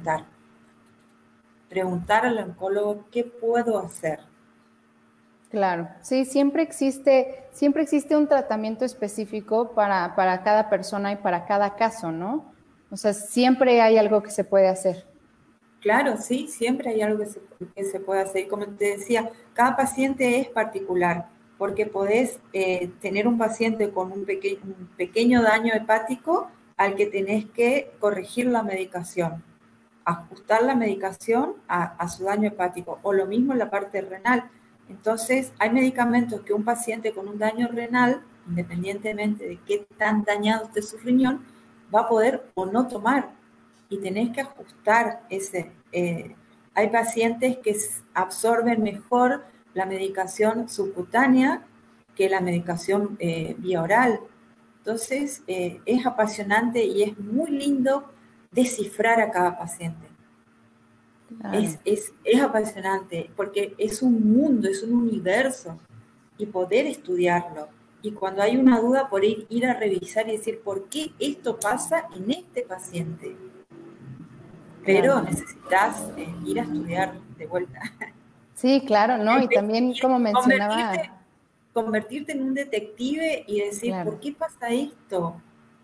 preguntar al oncólogo qué puedo hacer. Claro, sí, siempre existe un tratamiento específico para cada persona y para cada caso, ¿no? O sea, siempre hay algo que se puede hacer. Claro, sí, siempre hay algo que se puede hacer. Como te decía, cada paciente es particular, porque podés tener un paciente con un pequeño daño hepático al que tenés que corregir la medicación, ajustar la medicación a su daño hepático, o lo mismo en la parte renal. Entonces, hay medicamentos que un paciente con un daño renal, independientemente de qué tan dañado esté su riñón, va a poder o no tomar, y tenés que ajustar ese. Hay pacientes que absorben mejor la medicación subcutánea que la medicación vía oral. Entonces, es apasionante y es muy lindo descifrar a cada paciente. Claro. Es apasionante porque es un mundo, es un universo, y poder estudiarlo. Y cuando hay una duda, por ir a revisar y decir, ¿por qué esto pasa en este paciente? Pero Claro. necesitas ir a estudiar de vuelta. Sí, claro, ¿no? Y también como Convertirte, mencionaba, convertirte en un detective y decir, claro, ¿por qué pasa esto?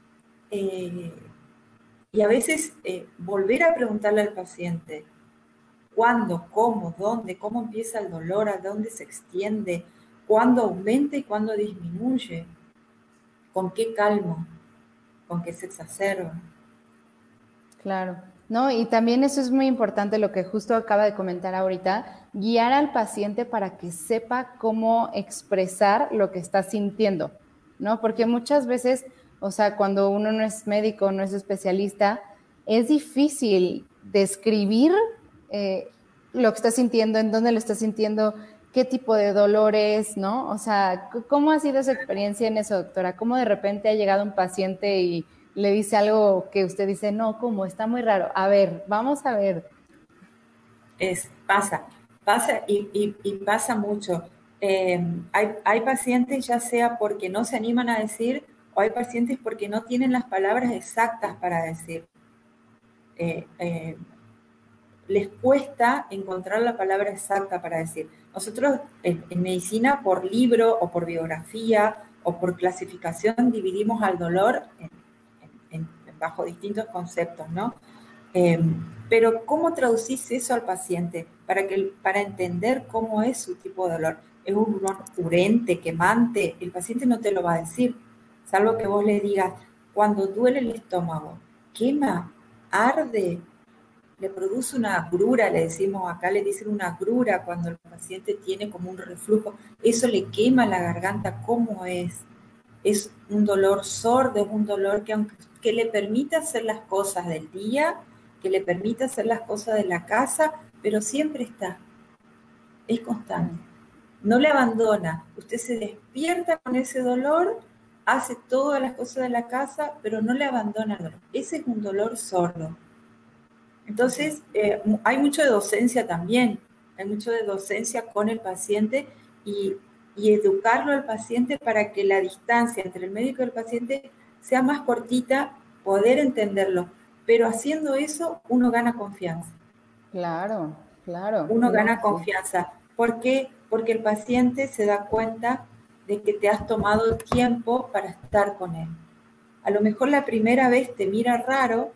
Y a veces volver a preguntarle al paciente, ¿cuándo, cómo, dónde, cómo empieza el dolor, a dónde se extiende, cuándo aumenta y cuándo disminuye, con qué calmo, con qué se exacerba? claro. No, y también eso es muy importante lo que justo acaba de comentar ahorita, guiar al paciente para que sepa cómo expresar lo que está sintiendo, ¿no? Porque muchas veces, o sea, cuando uno no es médico, no es especialista, es difícil describir eh, lo que está sintiendo, en dónde lo está sintiendo, qué tipo de dolores, ¿no? O sea, ¿cómo ha sido esa experiencia en eso, doctora? ¿Cómo de repente ha llegado un paciente y le dice algo que usted dice, no, ¿cómo? Está muy raro. A ver, vamos a ver. Pasa y pasa mucho. Hay pacientes ya sea porque no se animan a decir, o hay pacientes porque no tienen las palabras exactas para decir. Eh, eh, Les cuesta encontrar la palabra exacta para decir. Nosotros en medicina, por libro o por biografía o por clasificación, dividimos al dolor bajo distintos conceptos, ¿no? Eh, pero ¿cómo traducís eso al paciente para entender cómo es su tipo de dolor? ¿Es un dolor urente, quemante? El paciente no te lo va a decir, salvo que vos le digas, cuando duele el estómago, quema, arde, le produce una agrura, le decimos acá, le dicen una agrura cuando el paciente tiene como un reflujo, eso le quema la garganta. ¿Cómo es? Es un dolor sordo, es un dolor que le permite hacer las cosas del día, que le permite hacer las cosas de la casa, pero siempre está, es constante. No le abandona. Usted se despierta con ese dolor, hace todas las cosas de la casa, pero no le abandona el dolor. Ese es un dolor sordo. Entonces, hay mucho de docencia también, hay mucho de docencia con el paciente, y, y educarlo al paciente para que la distancia entre el médico y el paciente sea más cortita, poder entenderlo. Pero haciendo eso, uno gana confianza. Claro, claro. Uno No, gana sí. confianza. ¿Por qué? Porque el paciente se da cuenta de que te has tomado tiempo para estar con él. A lo mejor la primera vez te mira raro,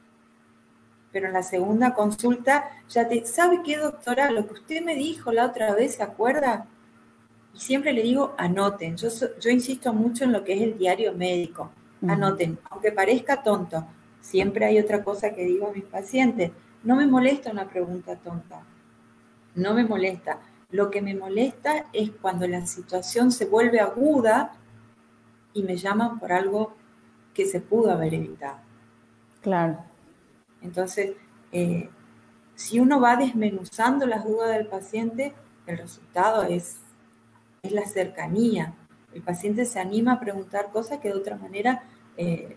pero en la segunda consulta ya ¿sabe qué, doctora? Lo que usted me dijo la otra vez, ¿se acuerda? Y siempre le digo, anoten. Yo insisto mucho en lo que es el diario médico. Ujú. Anoten, aunque parezca tonto. Siempre hay otra cosa que digo a mis pacientes. No me molesta una pregunta tonta. No me molesta. Lo que me molesta es cuando la situación se vuelve aguda y me llaman por algo que se pudo haber evitado. Claro. Entonces, eh, si uno va desmenuzando las dudas del paciente, el resultado es la cercanía. El paciente se anima a preguntar cosas que de otra manera eh,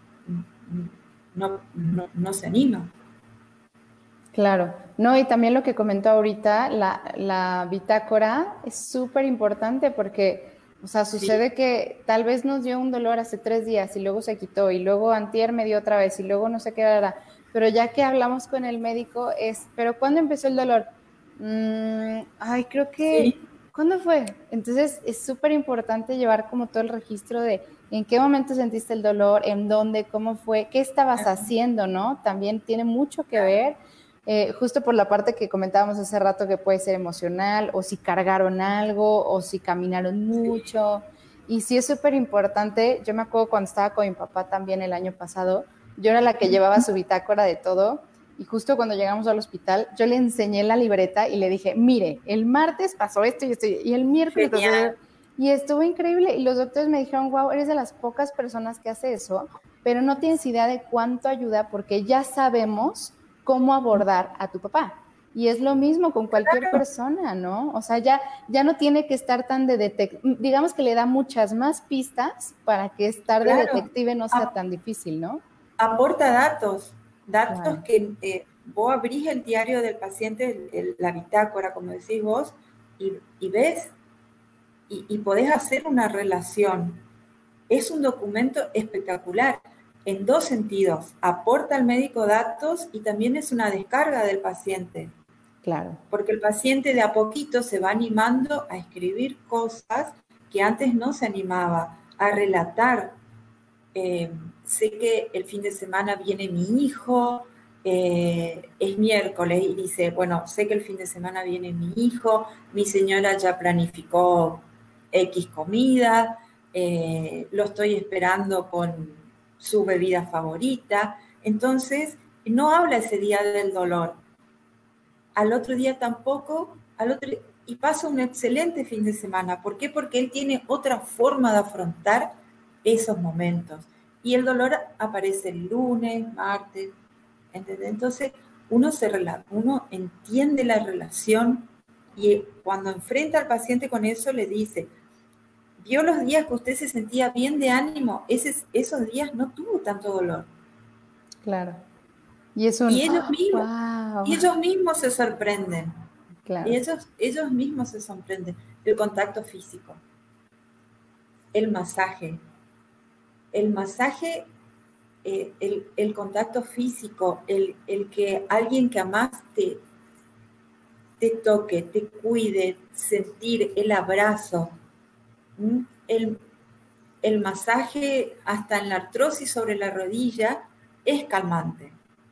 no se anima. Claro, no, y también lo que comentó ahorita, la bitácora es súper importante porque, o sea, Sí, sucede que tal vez nos dio un dolor hace 3 días y luego se quitó y luego antier me dio otra vez y luego no sé qué era, pero ya que hablamos con el médico es, ¿pero cuándo empezó el dolor? Ay, creo que, sí, ¿cuándo fue? Entonces es súper importante llevar como todo el registro de en qué momento sentiste el dolor, en dónde, cómo fue, qué estabas haciendo, ¿no? También tiene mucho que claro. ver justo por la parte que comentábamos hace rato que puede ser emocional, o si cargaron algo, o si caminaron mucho. Y sí es súper importante. Yo me acuerdo cuando estaba con mi papá también el año pasado, yo era la que llevaba su bitácora de todo. Y justo cuando llegamos al hospital, yo le enseñé la libreta y le dije, mire, el martes pasó esto y esto, y el miércoles pasó esto. Y estuvo increíble. Y los doctores me dijeron, wow, eres de las pocas personas que hace eso, pero no tienes idea de cuánto ayuda porque ya sabemos cómo abordar a tu papá. Y es lo mismo con cualquier persona, ¿no? O sea, ya no tiene que estar tan de detective, digamos que le da muchas más pistas para que estar de detective no sea tan difícil, ¿no? Aporta datos que vos abrís el diario del paciente, la bitácora, como decís vos, y ves y podés hacer una relación. Es un documento espectacular en dos sentidos. Aporta al médico datos y también es una descarga del paciente. Claro. Porque el paciente de a poquito se va animando a escribir cosas que antes no se animaba, a relatar. Sé que el fin de semana viene mi hijo, es miércoles y dice, bueno, sé que el fin de semana viene mi hijo, mi señora ya planificó X comida, lo estoy esperando con su bebida favorita. Entonces, no habla ese día del dolor. Al otro día tampoco, y pasa un excelente fin de semana. ¿Por qué? Porque él tiene otra forma de afrontar esos momentos. Y el dolor aparece el lunes, martes, ¿entendés? Entonces, uno entiende la relación y cuando enfrenta al paciente con eso le dice, vio los días que usted se sentía bien de ánimo, esos días no tuvo tanto dolor. Claro. Y es un, Y wow. ellos mismos se sorprenden. Claro. Y ellos mismos se sorprenden. El contacto físico, el masaje. El masaje, el contacto físico, el que alguien que amás te toque, te cuide, sentir el abrazo. El masaje hasta en la artrosis sobre la rodilla es calmante.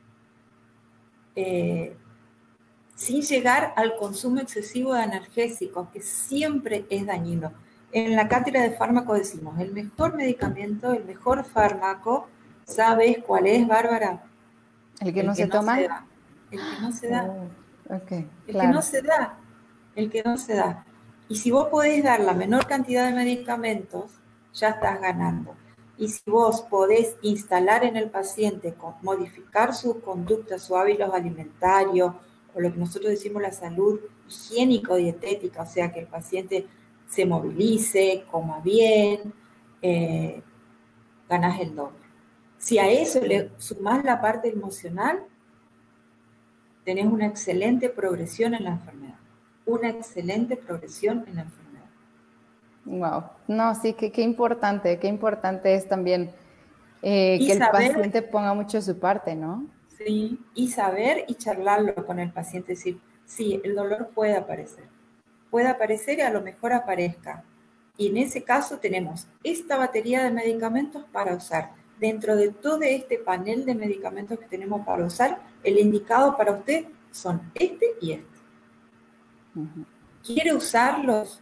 Sin llegar al consumo excesivo de analgésicos, que siempre es dañino. En la cátedra de fármacos decimos, el mejor medicamento, el mejor fármaco, ¿sabes cuál es, Bárbara? ¿El que no se toma? Se da. El que no se da. Okay, el que no se da. El que no se da. Y si vos podés dar la menor cantidad de medicamentos, ya estás ganando. Y si vos podés instalar en el paciente, modificar su conducta, sus hábitos alimentarios, o lo que nosotros decimos la salud higiénico-dietética, o sea, que el paciente se movilice, coma bien, ganás el doble. Si a eso le sumás la parte emocional, tenés una excelente progresión en la enfermedad. Una excelente progresión en la enfermedad. Wow. No, sí, qué importante es también que el paciente ponga mucho de su parte, ¿no? Sí, y saber y charlarlo con el paciente, decir, sí, el dolor puede aparecer y a lo mejor aparezca. Y en ese caso tenemos esta batería de medicamentos para usar. Dentro de todo este panel de medicamentos que tenemos para usar, el indicado para usted son este y este. Uh-huh. ¿Quiere usarlos?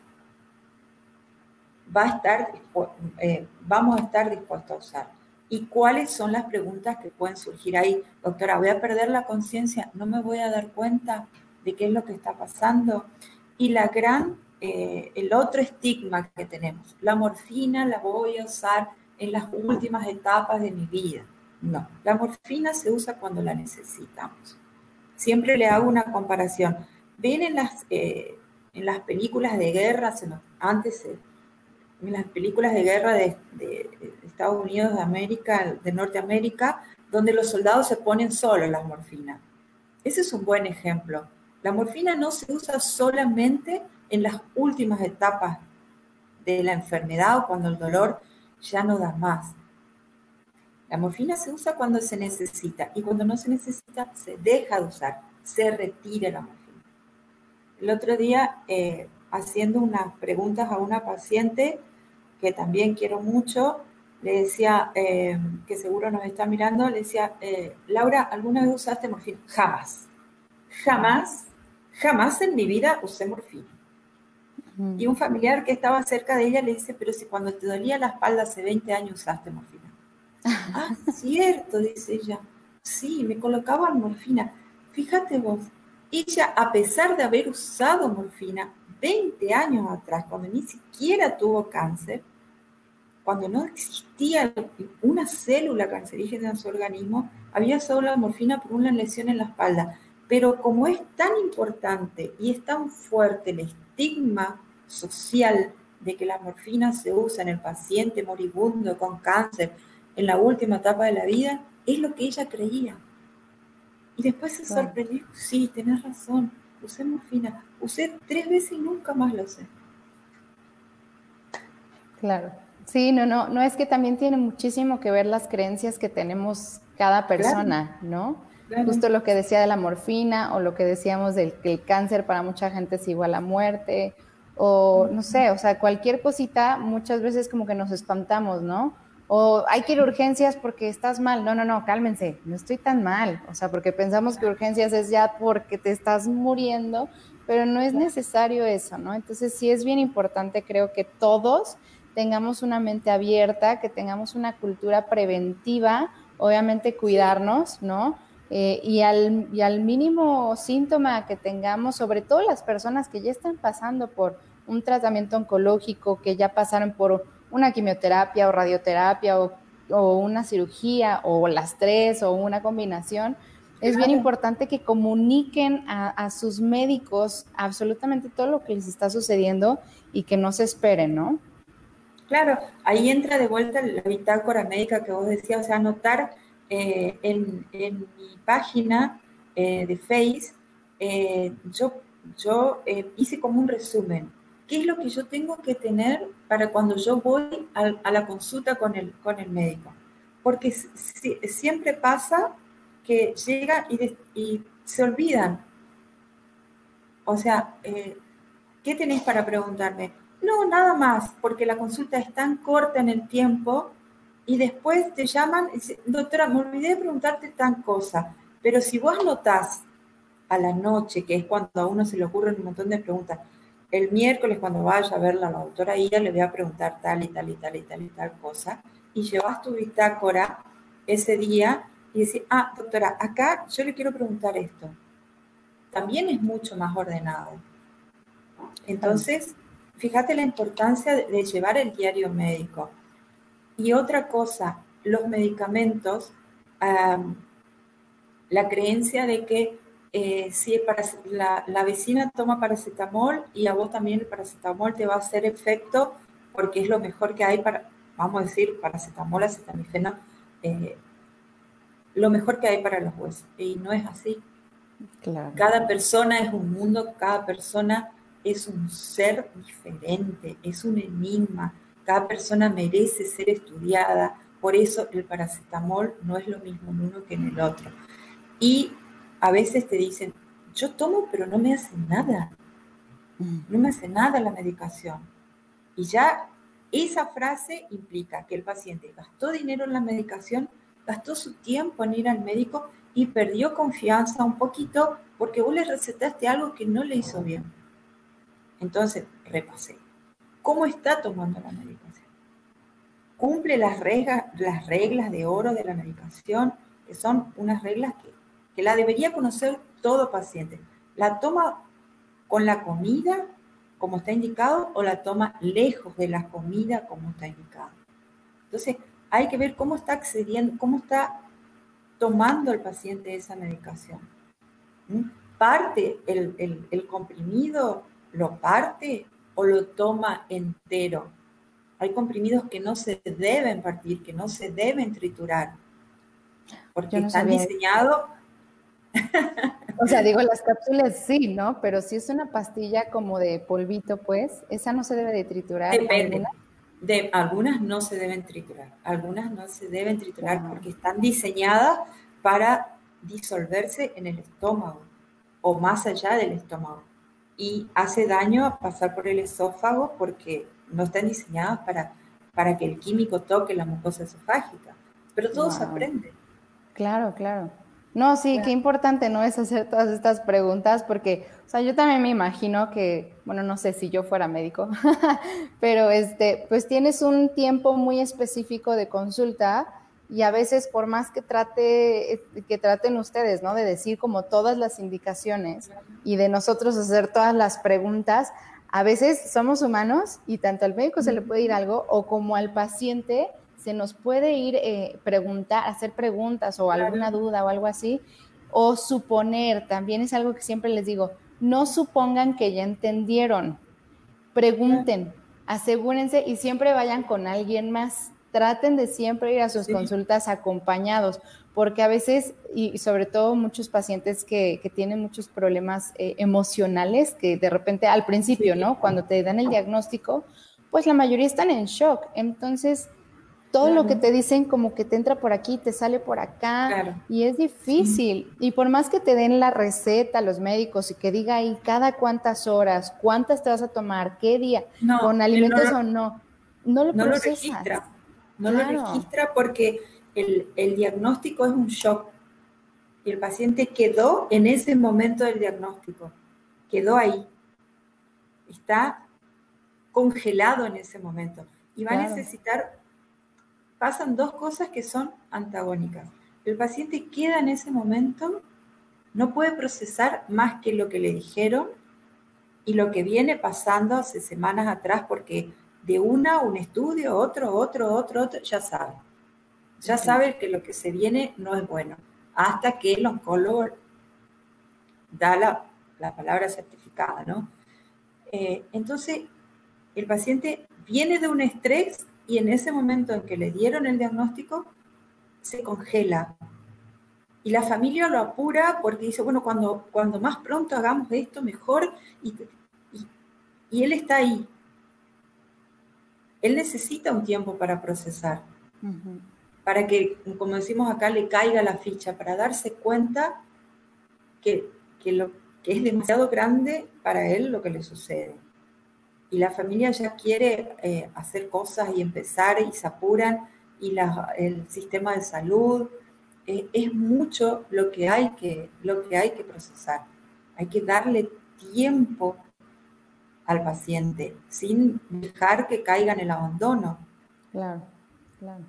Vamos a estar dispuestos a usar. ¿Y cuáles son las preguntas que pueden surgir ahí? Doctora, ¿voy a perder la conciencia? ¿No me voy a dar cuenta de qué es lo que está pasando? Y el otro estigma que tenemos, la morfina la voy a usar en las últimas etapas de mi vida. No, la morfina se usa cuando la necesitamos. Siempre le hago una comparación. ¿Ven en las películas de guerra, en las películas de guerra de Estados Unidos de América, de Norteamérica, donde los soldados se ponen solos las morfinas? Ese es un buen ejemplo. La morfina no se usa solamente en las últimas etapas de la enfermedad o cuando el dolor ya no da más. La morfina se usa cuando se necesita y cuando no se necesita se deja de usar, se retira la morfina. El otro día, haciendo unas preguntas a una paciente que también quiero mucho, le decía, que seguro nos está mirando, le decía, Laura, ¿alguna vez usaste morfina? Jamás. jamás, jamás en mi vida usé morfina. Y un familiar que estaba cerca de ella le dice, pero si cuando te dolía la espalda hace 20 años usaste morfina. Ah, cierto, dice ella. Sí, me colocaban morfina. Fíjate vos, ella, a pesar de haber usado morfina 20 años atrás, cuando ni siquiera tuvo cáncer, cuando no existía una célula cancerígena en su organismo, había usado la morfina por una lesión en la espalda. Pero como es tan importante y es tan fuerte el estigma social de que la morfina se usa en el paciente moribundo con cáncer en la última etapa de la vida, es lo que ella creía. Y después se sorprendió, sí, tenés razón, usé morfina, usé 3 veces y nunca más lo usé. Claro. Sí, no, es que también tiene muchísimo que ver las creencias que tenemos cada persona, claro, ¿no? Claro. Justo lo que decía de la morfina o lo que decíamos del que el cáncer para mucha gente es igual a muerte o no sé, o sea, cualquier cosita muchas veces como que nos espantamos, ¿no? O hay que ir a urgencias porque estás mal. No, cálmense, no estoy tan mal. O sea, porque pensamos que urgencias es ya porque te estás muriendo, pero no es necesario eso, ¿no? Entonces sí es bien importante, creo que todos tengamos una mente abierta, que tengamos una cultura preventiva, obviamente cuidarnos, ¿no? Y al mínimo síntoma que tengamos, sobre todo las personas que ya están pasando por un tratamiento oncológico, que ya pasaron por una quimioterapia o radioterapia o una cirugía o las 3 o una combinación, es bien importante que comuniquen a sus médicos absolutamente todo lo que les está sucediendo y que no se esperen, ¿no? Claro, ahí entra de vuelta la bitácora médica que vos decías, o sea, anotar en mi página de Face, yo hice como un resumen. ¿Qué es lo que yo tengo que tener para cuando yo voy a la consulta con el médico? Porque siempre pasa que llegan y se olvidan. O sea, ¿qué tenés para preguntarme? No, nada más, porque la consulta es tan corta en el tiempo y después te llaman y dicen, doctora, me olvidé de preguntarte tan cosa, pero si vos notás a la noche, que es cuando a uno se le ocurren un montón de preguntas, el miércoles cuando vaya a verla a la doctora Ida le voy a preguntar tal y tal y tal y tal y tal cosa, y llevas tu bitácora ese día y decís, ah, doctora, acá yo le quiero preguntar esto. También es mucho más ordenado. Entonces, fíjate la importancia de llevar el diario médico. Y otra cosa, los medicamentos, la creencia de que si la vecina toma paracetamol y a vos también el paracetamol te va a hacer efecto porque es lo mejor que hay para, vamos a decir, paracetamol, acetamifeno, lo mejor que hay para los huesos. Y no es así. Claro. Cada persona es un mundo, cada persona es un ser diferente, es un enigma, cada persona merece ser estudiada, por eso el paracetamol no es lo mismo en uno que en el otro. Y a veces te dicen, yo tomo pero no me hace nada, no me hace nada la medicación. Y ya esa frase implica que el paciente gastó dinero en la medicación, gastó su tiempo en ir al médico y perdió confianza un poquito porque vos le recetaste algo que no le hizo bien. Entonces, repasé. ¿Cómo está tomando la medicación? ¿Cumple las reglas de oro de la medicación? Que son unas reglas que la debería conocer todo paciente. ¿La toma con la comida como está indicado o la toma lejos de la comida como está indicado? Entonces, hay que ver cómo está accediendo, cómo está tomando el paciente esa medicación. ¿Parte el comprimido, lo parte o lo toma entero? Hay comprimidos que no se deben partir, que no se deben triturar, porque están diseñados... O sea, digo, las cápsulas sí, ¿no? Pero si es una pastilla como de polvito, pues, esa no se debe de triturar. Depende. Algunas no se deben triturar. Algunas no se deben triturar porque están diseñadas para disolverse en el estómago o más allá del estómago. Y hace daño a pasar por el esófago porque no están diseñadas para que el químico toque la mucosa esofágica. Pero todo se aprende. Claro, claro. No, sí, qué Claro. importante, ¿no? Es hacer todas estas preguntas porque, o sea, yo también me imagino que, bueno, no sé si yo fuera médico, pero pues tienes un tiempo muy específico de consulta y a veces por más que traten ustedes, ¿no? De decir como todas las indicaciones y de nosotros hacer todas las preguntas, a veces somos humanos y tanto al médico se le puede ir Ujú. algo o como al paciente se nos puede ir preguntar, hacer preguntas o alguna Claro. duda o algo así, o suponer, también es algo que siempre les digo, no supongan que ya entendieron, Claro. pregunten, asegúrense y siempre vayan con alguien más. Traten de siempre ir a sus Sí, consultas acompañados, porque a veces, y sobre todo muchos pacientes que tienen muchos problemas emocionales, que de repente al principio, sí, ¿no? Cuando te dan el diagnóstico, pues la mayoría están en shock. Entonces, todo lo que claro, te dicen como que te entra por aquí, te sale por acá claro. y es Sí, difícil. Y por más que te den la receta los médicos y que diga ahí cada cuántas horas, cuántas te vas a tomar, qué día, no, con él no, alimentos o no, no lo no lo procesas. registra. No lo Claro, registra porque el diagnóstico es un shock. Y el paciente quedó en ese momento del diagnóstico. Quedó ahí. Está congelado en ese momento. Y va a claro. necesitar, pasan dos cosas que son antagónicas. El paciente queda en ese momento, no puede procesar más que lo que le dijeron y lo que viene pasando hace semanas atrás, porque de un estudio, otro, ya sabe. Ya Ujú. sabe que lo que se viene no es bueno, hasta que el oncólogo da la palabra certificada, ¿no? Entonces, el paciente viene de un estrés y en ese momento en que le dieron el diagnóstico, se congela. Y la familia lo apura porque dice, bueno, cuando más pronto hagamos esto, mejor. Y, y, y él está ahí. Él necesita un tiempo para procesar, Ujú. para que, como decimos acá, le caiga la ficha, para darse cuenta que, lo, que es demasiado grande para él lo que le sucede. Y la familia ya quiere hacer cosas y empezar y se apuran y el sistema de salud, es mucho lo que hay que procesar. Hay que darle tiempo al paciente sin dejar que caiga en el abandono. Claro, claro.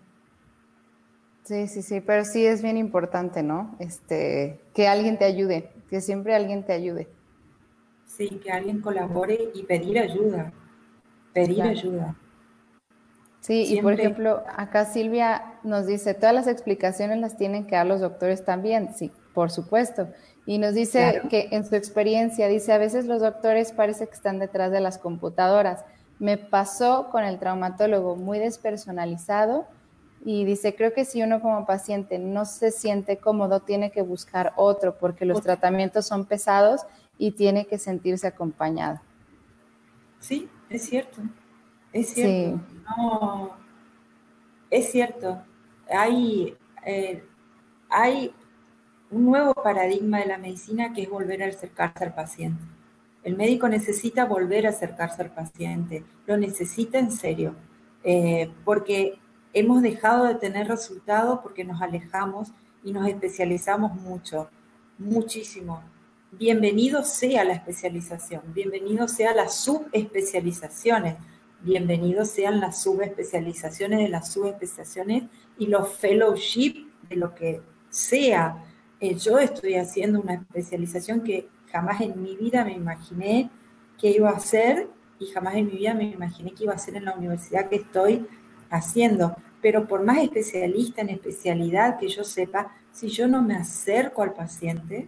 Sí, sí, sí, pero sí es bien importante, ¿no? Que alguien te ayude, que siempre alguien te ayude. Sí, que alguien colabore y pedir ayuda, pedir Claro. ayuda. Sí, y por Siempre, ejemplo, acá Silvia nos dice, todas las explicaciones las tienen que dar los doctores también. Sí, por supuesto. Y nos dice claro, que en su experiencia, dice, a veces los doctores parece que están detrás de las computadoras. Me pasó con el traumatólogo muy despersonalizado y dice, creo que si uno como paciente no se siente cómodo, tiene que buscar otro porque los otro. tratamientos son pesados y tiene que sentirse acompañado. Sí, es cierto, es cierto. Sí, No, es cierto. Hay, eh, hay un nuevo paradigma de la medicina que es volver a acercarse al paciente. El médico necesita volver a acercarse al paciente, lo necesita en serio, porque hemos dejado de tener resultados porque nos alejamos y nos especializamos mucho, muchísimo. Bienvenido sea la especialización, bienvenido sea las subespecializaciones, bienvenidos sean las subespecializaciones de las subespecializaciones y los fellowship de lo que sea. Yo estoy haciendo una especialización que jamás en mi vida me imaginé que iba a hacer y jamás en mi vida me imaginé que iba a hacer en la universidad que estoy haciendo. Pero por más especialista en especialidad que yo sepa, si yo no me acerco al paciente,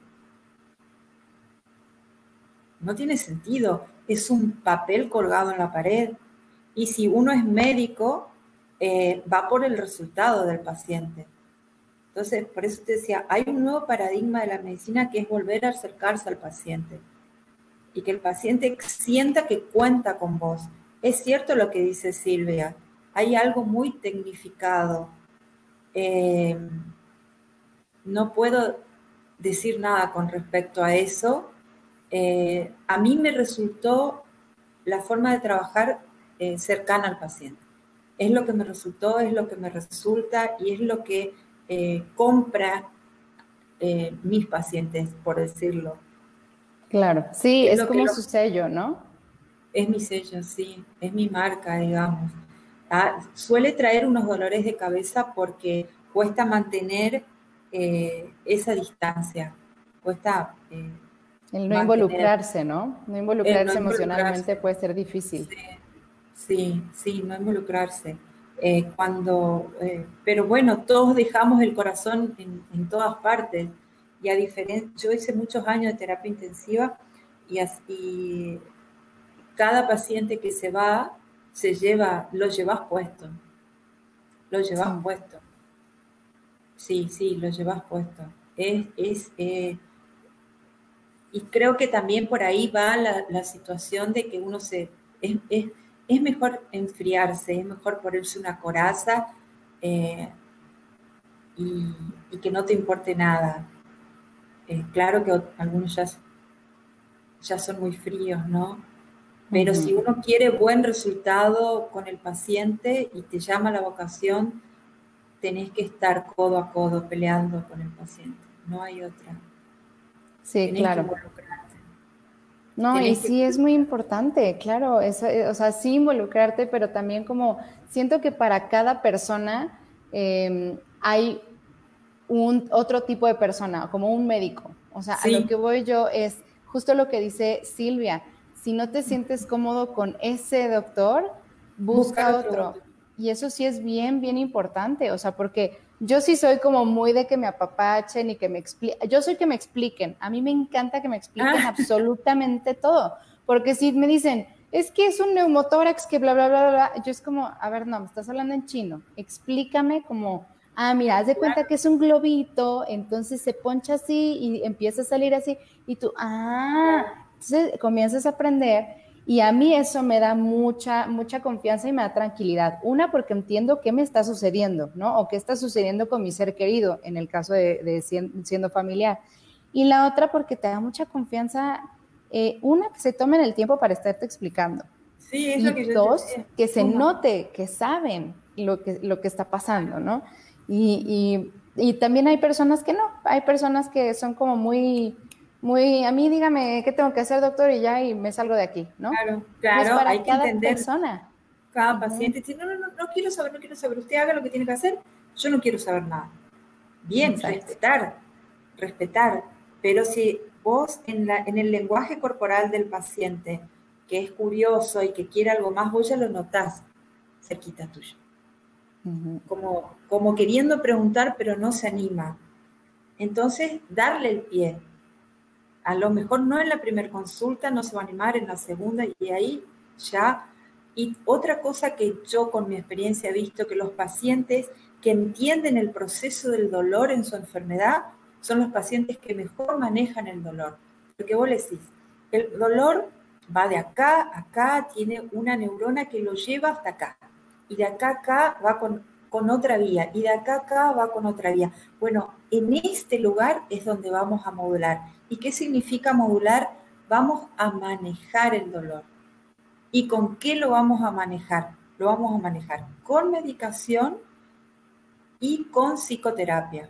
no tiene sentido. Es un papel colgado en la pared. Y si uno es médico, va por el resultado del paciente. Entonces, por eso te decía, hay un nuevo paradigma de la medicina que es volver a acercarse al paciente y que el paciente sienta que cuenta con vos. Es cierto lo que dice Silvia, hay algo muy tecnificado. Eh, no puedo decir nada con respecto a eso. A mí me resultó la forma de trabajar cercana al paciente. Es lo que me resultó, es lo que me resulta y es lo que compra mis pacientes, por decirlo. Claro, sí, es Lo que como su sello, ¿no? es mi sello, sí, es mi marca, digamos. Suele traer unos dolores de cabeza porque cuesta mantener esa distancia, cuesta El no mantener involucrarse, ¿no? No el no involucrarse emocionalmente involucrarse. puede ser difícil. Sí, sí, sí, no involucrarse. Pero bueno, todos dejamos el corazón en todas partes. Y a diferencia, yo hice muchos años de terapia intensiva y cada paciente que se va, lo llevas puesto, lo Sí, llevas puesto. Sí, sí, lo llevas puesto. Y creo que también por ahí va la situación de que es, es, es mejor enfriarse, es mejor ponerse una coraza eh, y, y que no te importe nada. Claro que algunos ya son muy fríos, ¿no? Pero si ujú. uno quiere buen resultado con el paciente y te llama la vocación, tenés que estar codo a codo peleando con el paciente. No hay otra. Sí, Tenés que claro. involucrarte. No, y Tenés que... sí es muy importante, claro, eso, o sea, sí involucrarte, pero también como siento que para cada persona hay otro tipo de persona, como un médico. O sea, a lo Sí, que voy yo es justo lo que dice Silvia, si no te sientes cómodo con ese doctor, buscar busca otro otro. otro. Y eso sí es bien, bien importante, o sea, porque yo sí soy como muy de que me apapachen y que me expliquen, yo soy que me expliquen, a mí me encanta que me expliquen Ah, absolutamente todo, porque si me dicen, es que es un neumotórax que bla, bla, bla, bla, yo es como, a ver, no, me estás hablando en chino, explícame como mira, haz de cuenta claro. que es un globito, entonces se poncha así y empieza a salir así, y tú, Claro. entonces comienzas a aprender y a mí eso me da mucha, mucha confianza y me da tranquilidad. Una, porque entiendo qué me está sucediendo, ¿no? O qué está sucediendo con mi ser querido, en el caso de siendo familiar. Y la otra, porque te da mucha confianza, una, que se tomen el tiempo para estarte explicando. Sí, es lo que Y yo te dos, decía. que se Suma. note que saben lo que está pasando, ¿no? Y también hay personas que no, hay personas que son como muy, muy, a mí dígame qué tengo que hacer, doctor, y ya, y me salgo de aquí, ¿no? Claro, Y es claro, hay para que cada entender persona. cada Ujú. paciente. Dice, no, no, no, no quiero saber, no quiero saber. Usted haga lo que tiene que hacer, yo no quiero saber nada. Bien, Exacto. respetar, respetar. Pero si vos en el lenguaje corporal del paciente, que es curioso y que quiere algo más, vos ya lo notás cerquita tuyo. Ujú. Como queriendo preguntar, pero no se anima. Entonces, darle el pie. A lo mejor no en la primera consulta, no se va a animar en la segunda y ahí ya. Y otra cosa que yo con mi experiencia he visto, que los pacientes que entienden el proceso del dolor en su enfermedad son los pacientes que mejor manejan el dolor. Porque vos le decís, el dolor va de acá a acá, tiene una neurona que lo lleva hasta acá. Y de acá a acá va con otra vía. Y de acá a acá va con otra vía. Bueno, en este lugar es donde vamos a modular. ¿Y qué significa modular? Vamos a manejar el dolor. ¿Y con qué lo vamos a manejar? Lo vamos a manejar con medicación y con psicoterapia.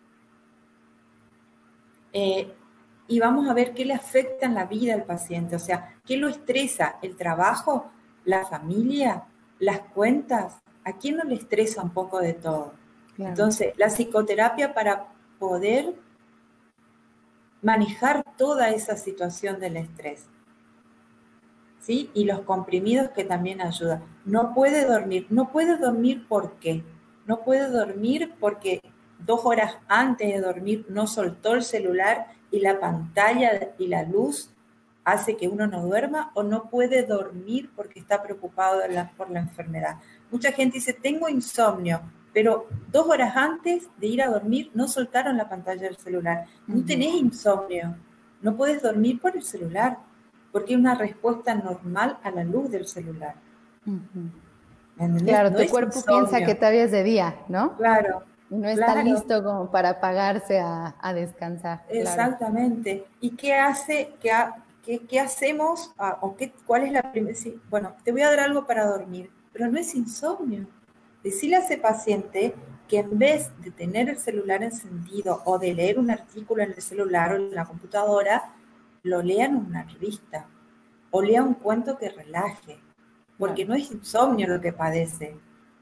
Eh, y vamos a ver qué le afecta en la vida al paciente, o sea, qué lo estresa, el trabajo, la familia, las cuentas, ¿a quién no le estresa un poco de todo? Claro. Entonces, la psicoterapia para poder manejar toda esa situación del estrés. ¿Sí? Y los comprimidos que también ayudan. No puede dormir. No puede dormir ¿por qué? No puede dormir porque 2 horas antes de dormir no soltó el celular y la pantalla y la luz hace que uno no duerma, o no puede dormir porque está preocupado por la enfermedad. Mucha gente dice, tengo insomnio, pero 2 horas antes de ir a dormir no soltaron la pantalla del celular. No Ujú. tenés insomnio, no puedes dormir por el celular porque es una respuesta normal a la luz del celular. Ujú. ¿Me entendés? Claro, No tu es cuerpo piensa que insomnio. todavía es de día, ¿no? Claro, Y no está claro, listo como para apagarse a descansar, claro. exactamente. ¿Y qué hace, qué hacemos? ¿Cuál es la primera? Sí, bueno, te voy a dar algo para dormir, pero no es insomnio. Decirle a ese paciente que en vez de tener el celular encendido o de leer un artículo en el celular o en la computadora, lo lean en una revista o lea un cuento que relaje, porque no es insomnio lo que padece.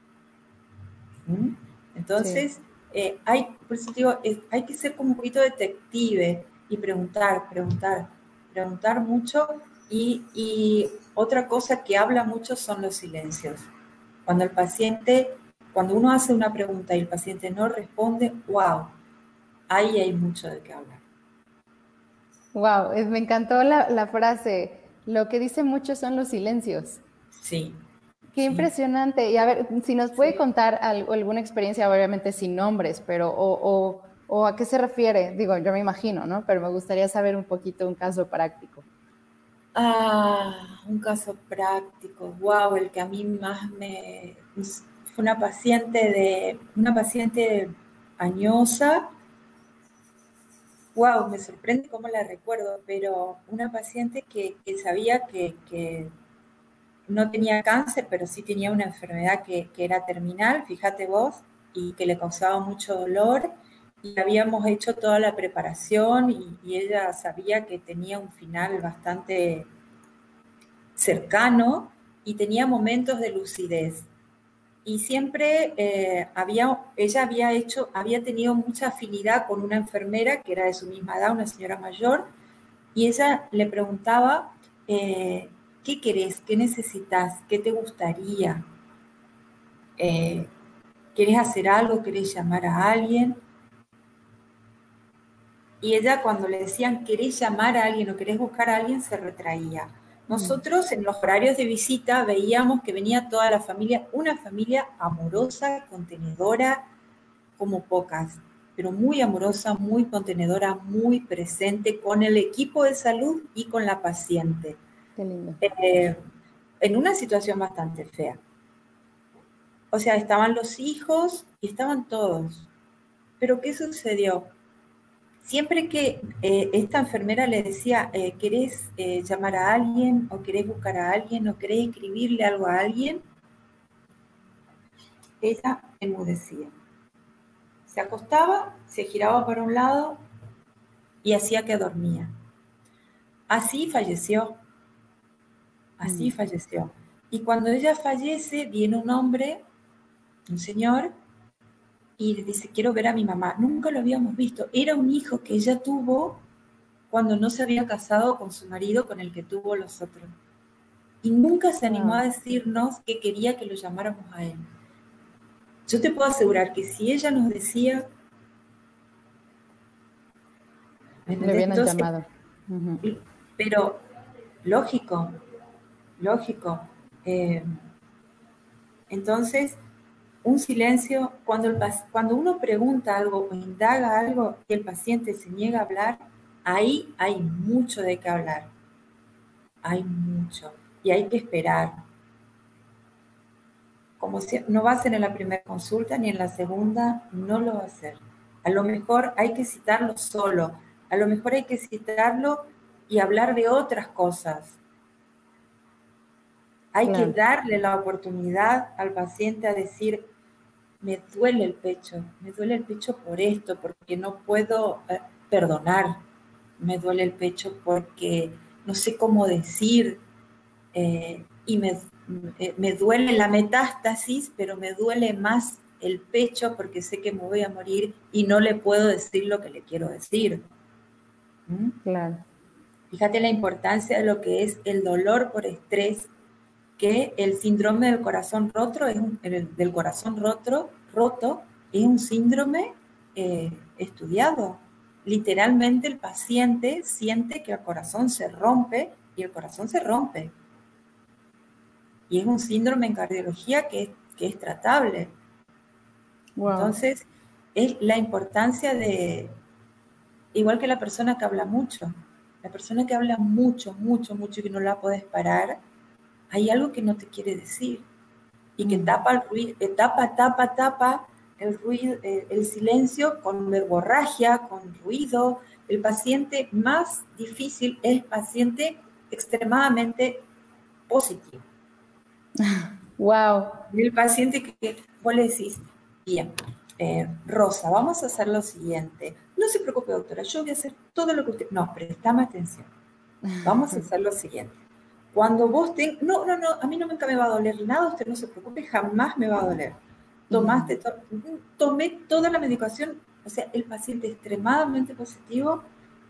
Entonces, sí. Por eso digo, hay que ser como un poquito detective y preguntar mucho. Y otra cosa que habla mucho son los silencios. Cuando uno hace una pregunta y el paciente no responde, wow, ahí hay mucho de qué hablar. Wow, me encantó la frase. Lo que dice mucho son los silencios. Sí. Qué impresionante. Y a ver, si nos puede contar alguna experiencia, obviamente sin nombres, pero o a qué se refiere. Digo, yo me imagino, ¿no? Pero me gustaría saber un poquito un caso práctico. Un caso práctico. Wow, el que a mí más fue una paciente añosa. Wow, me sorprende cómo la recuerdo, pero una paciente que sabía que no tenía cáncer, pero sí tenía una enfermedad que era terminal, fíjate vos, y que le causaba mucho dolor. Y habíamos hecho toda la preparación y ella sabía que tenía un final bastante cercano y tenía momentos de lucidez. Y siempre ella había tenido mucha afinidad con una enfermera que era de su misma edad, una señora mayor, y ella le preguntaba, ¿qué querés? ¿Qué necesitas? ¿Qué te gustaría? ¿Querés hacer algo? ¿Querés llamar a alguien? Y ella cuando le decían, ¿querés llamar a alguien o querés buscar a alguien? Se retraía. Nosotros en los horarios de visita veíamos que venía toda la familia, una familia amorosa, contenedora, como pocas, pero muy amorosa, muy contenedora, muy presente con el equipo de salud y con la paciente. Qué lindo. En una situación bastante fea. O sea, estaban los hijos y estaban todos. Pero ¿qué sucedió? Siempre que esta enfermera le decía, ¿querés llamar a alguien o querés buscar a alguien o querés escribirle algo a alguien? Ella enmudecía. Se acostaba, se giraba para un lado y hacía que dormía. Así falleció. Así falleció. Y cuando ella fallece, viene un hombre, un señor, y le dice, quiero ver a mi mamá. Nunca lo habíamos visto. Era un hijo que ella tuvo cuando no se había casado con su marido, con el que tuvo los otros. Y nunca se animó a decirnos que quería que lo llamáramos a él. Yo te puedo asegurar que si ella nos decía... Le hubieran llamado. Pero lógico. Entonces, un silencio, cuando uno pregunta algo o indaga algo y el paciente se niega a hablar, ahí hay mucho de qué hablar. Hay mucho. Y hay que esperar. Como si no va a ser en la primera consulta ni en la segunda, no lo va a hacer. A lo mejor hay que citarlo solo. A lo mejor hay que citarlo y hablar de otras cosas. Hay que darle la oportunidad al paciente a decir, me duele el pecho por esto, porque no puedo perdonar, me duele el pecho porque no sé cómo decir, y me duele la metástasis, pero me duele más el pecho porque sé que me voy a morir y no le puedo decir lo que le quiero decir. Claro. Fíjate la importancia de lo que es el dolor por estrés, que el síndrome del corazón roto es un síndrome estudiado. Literalmente el paciente siente que el corazón se rompe y el corazón se rompe. Y es un síndrome en cardiología que es tratable. Wow. Entonces, es la importancia de, igual que la persona que habla mucho, la persona que habla mucho y que no la puedes parar, hay algo que no te quiere decir y que tapa el ruido, tapa el ruido, el silencio con verborragia, con ruido. El paciente más difícil es el paciente extremadamente positivo. Wow. El paciente que vos le decís, bien, Rosa, vamos a hacer lo siguiente. No se preocupe, doctora, yo voy a hacer todo lo que usted... No, prestame atención. Vamos a hacer lo siguiente. Cuando vos no, a mí nunca me va a doler nada, usted no se preocupe, jamás me va a doler. Tomé toda la medicación, o sea, el paciente extremadamente positivo,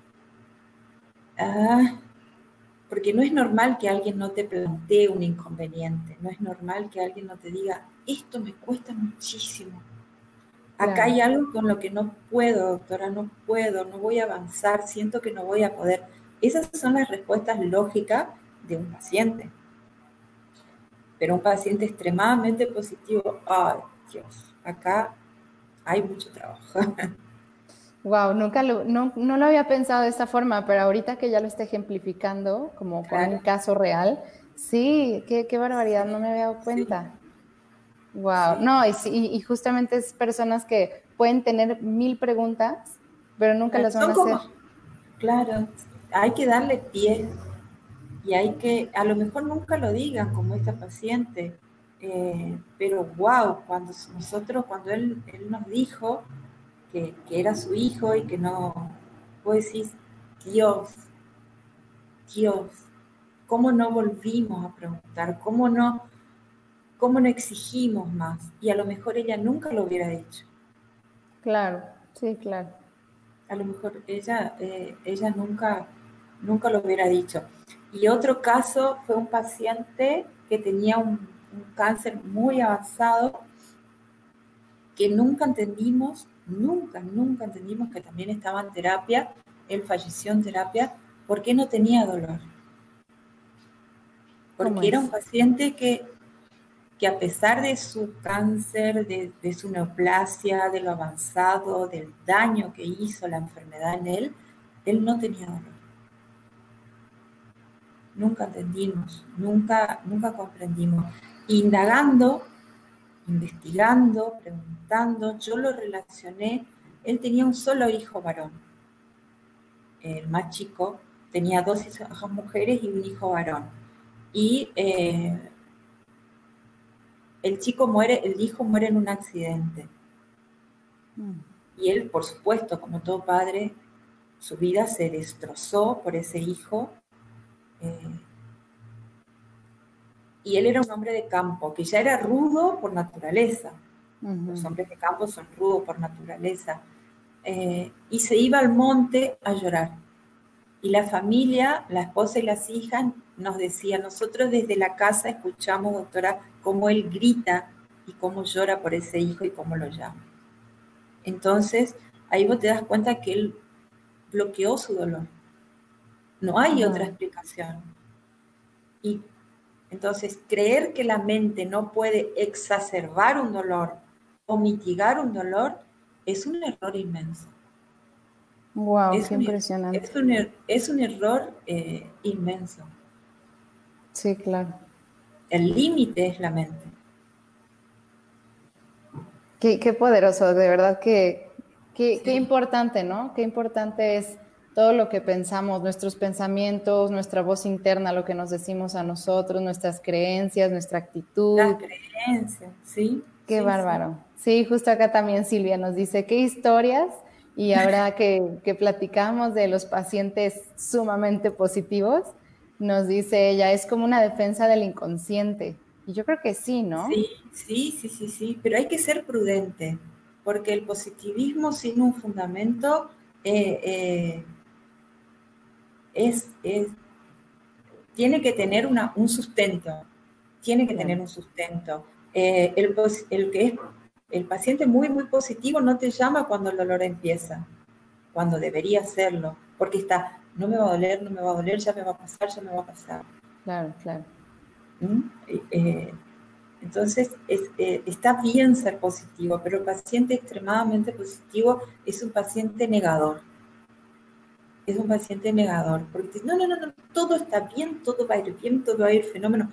porque no es normal que alguien no te plantee un inconveniente, no es normal que alguien no te diga, esto me cuesta muchísimo. Acá hay algo con lo que no puedo, doctora, no puedo, no voy a avanzar, siento que no voy a poder. Esas son las respuestas lógicas de un paciente. Pero un paciente extremadamente positivo, ay, Dios, acá hay mucho trabajo. Wow, no lo había pensado de esta forma, pero ahorita que ya lo está ejemplificando, como con un caso real, sí, qué barbaridad, no me había dado cuenta. Sí. Wow, sí. No, y justamente es personas que pueden tener 1000 preguntas, pero nunca las van a hacer. Claro, hay que darle pie y hay que, a lo mejor nunca lo digan como esta paciente, pero wow, cuando él nos dijo que era su hijo y que no, vos decís, Dios, ¿cómo no volvimos a preguntar? ¿Cómo no exigimos más? Y a lo mejor ella nunca lo hubiera hecho. Claro, sí, claro. A lo mejor ella nunca lo hubiera dicho. Y otro caso fue un paciente que tenía un cáncer muy avanzado que nunca entendimos que también estaba en terapia, él falleció en terapia, ¿por qué no tenía dolor? Porque era un paciente que a pesar de su cáncer, de su neoplasia, de lo avanzado, del daño que hizo la enfermedad en él no tenía dolor. Nunca entendimos, nunca comprendimos. Indagando, investigando, preguntando, yo lo relacioné. Él tenía un solo hijo varón, el más chico, tenía 2 hijas mujeres y un hijo varón. Y el hijo muere en un accidente. Y él, por supuesto, como todo padre, su vida se destrozó por ese hijo. Y él era un hombre de campo, que ya era rudo por naturaleza. Los hombres de campo son rudos por naturaleza. Y se iba al monte a llorar. Y la familia, la esposa y las hijas, nos decían, nosotros desde la casa escuchamos, doctora, cómo él grita y cómo llora por ese hijo y cómo lo llama. Entonces, ahí vos te das cuenta que él bloqueó su dolor. No hay otra explicación. Y entonces, creer que la mente no puede exacerbar un dolor o mitigar un dolor es un error inmenso. Wow, qué impresionante. Es un error inmenso. Sí, claro. El límite es la mente. Qué poderoso, de verdad qué importante, ¿no? Qué importante es todo lo que pensamos, nuestros pensamientos, nuestra voz interna, lo que nos decimos a nosotros, nuestras creencias, nuestra actitud. Las creencias, sí. Qué bárbaro. Sí, justo acá también Silvia nos dice, qué historias, y ahora que platicamos de los pacientes sumamente positivos, nos dice ella, es como una defensa del inconsciente. Y yo creo que sí, ¿no? Sí, pero hay que ser prudente, porque el positivismo sin un fundamento tiene que tener un sustento, tener un sustento. El paciente muy, muy positivo no te llama cuando el dolor empieza, cuando debería hacerlo, porque está, no me va a doler, ya me va a pasar. Claro. Entonces, está bien ser positivo, pero el paciente extremadamente positivo es un paciente negador. Es un paciente negador, porque no, todo está bien, todo va a ir bien, todo va a ir fenómeno.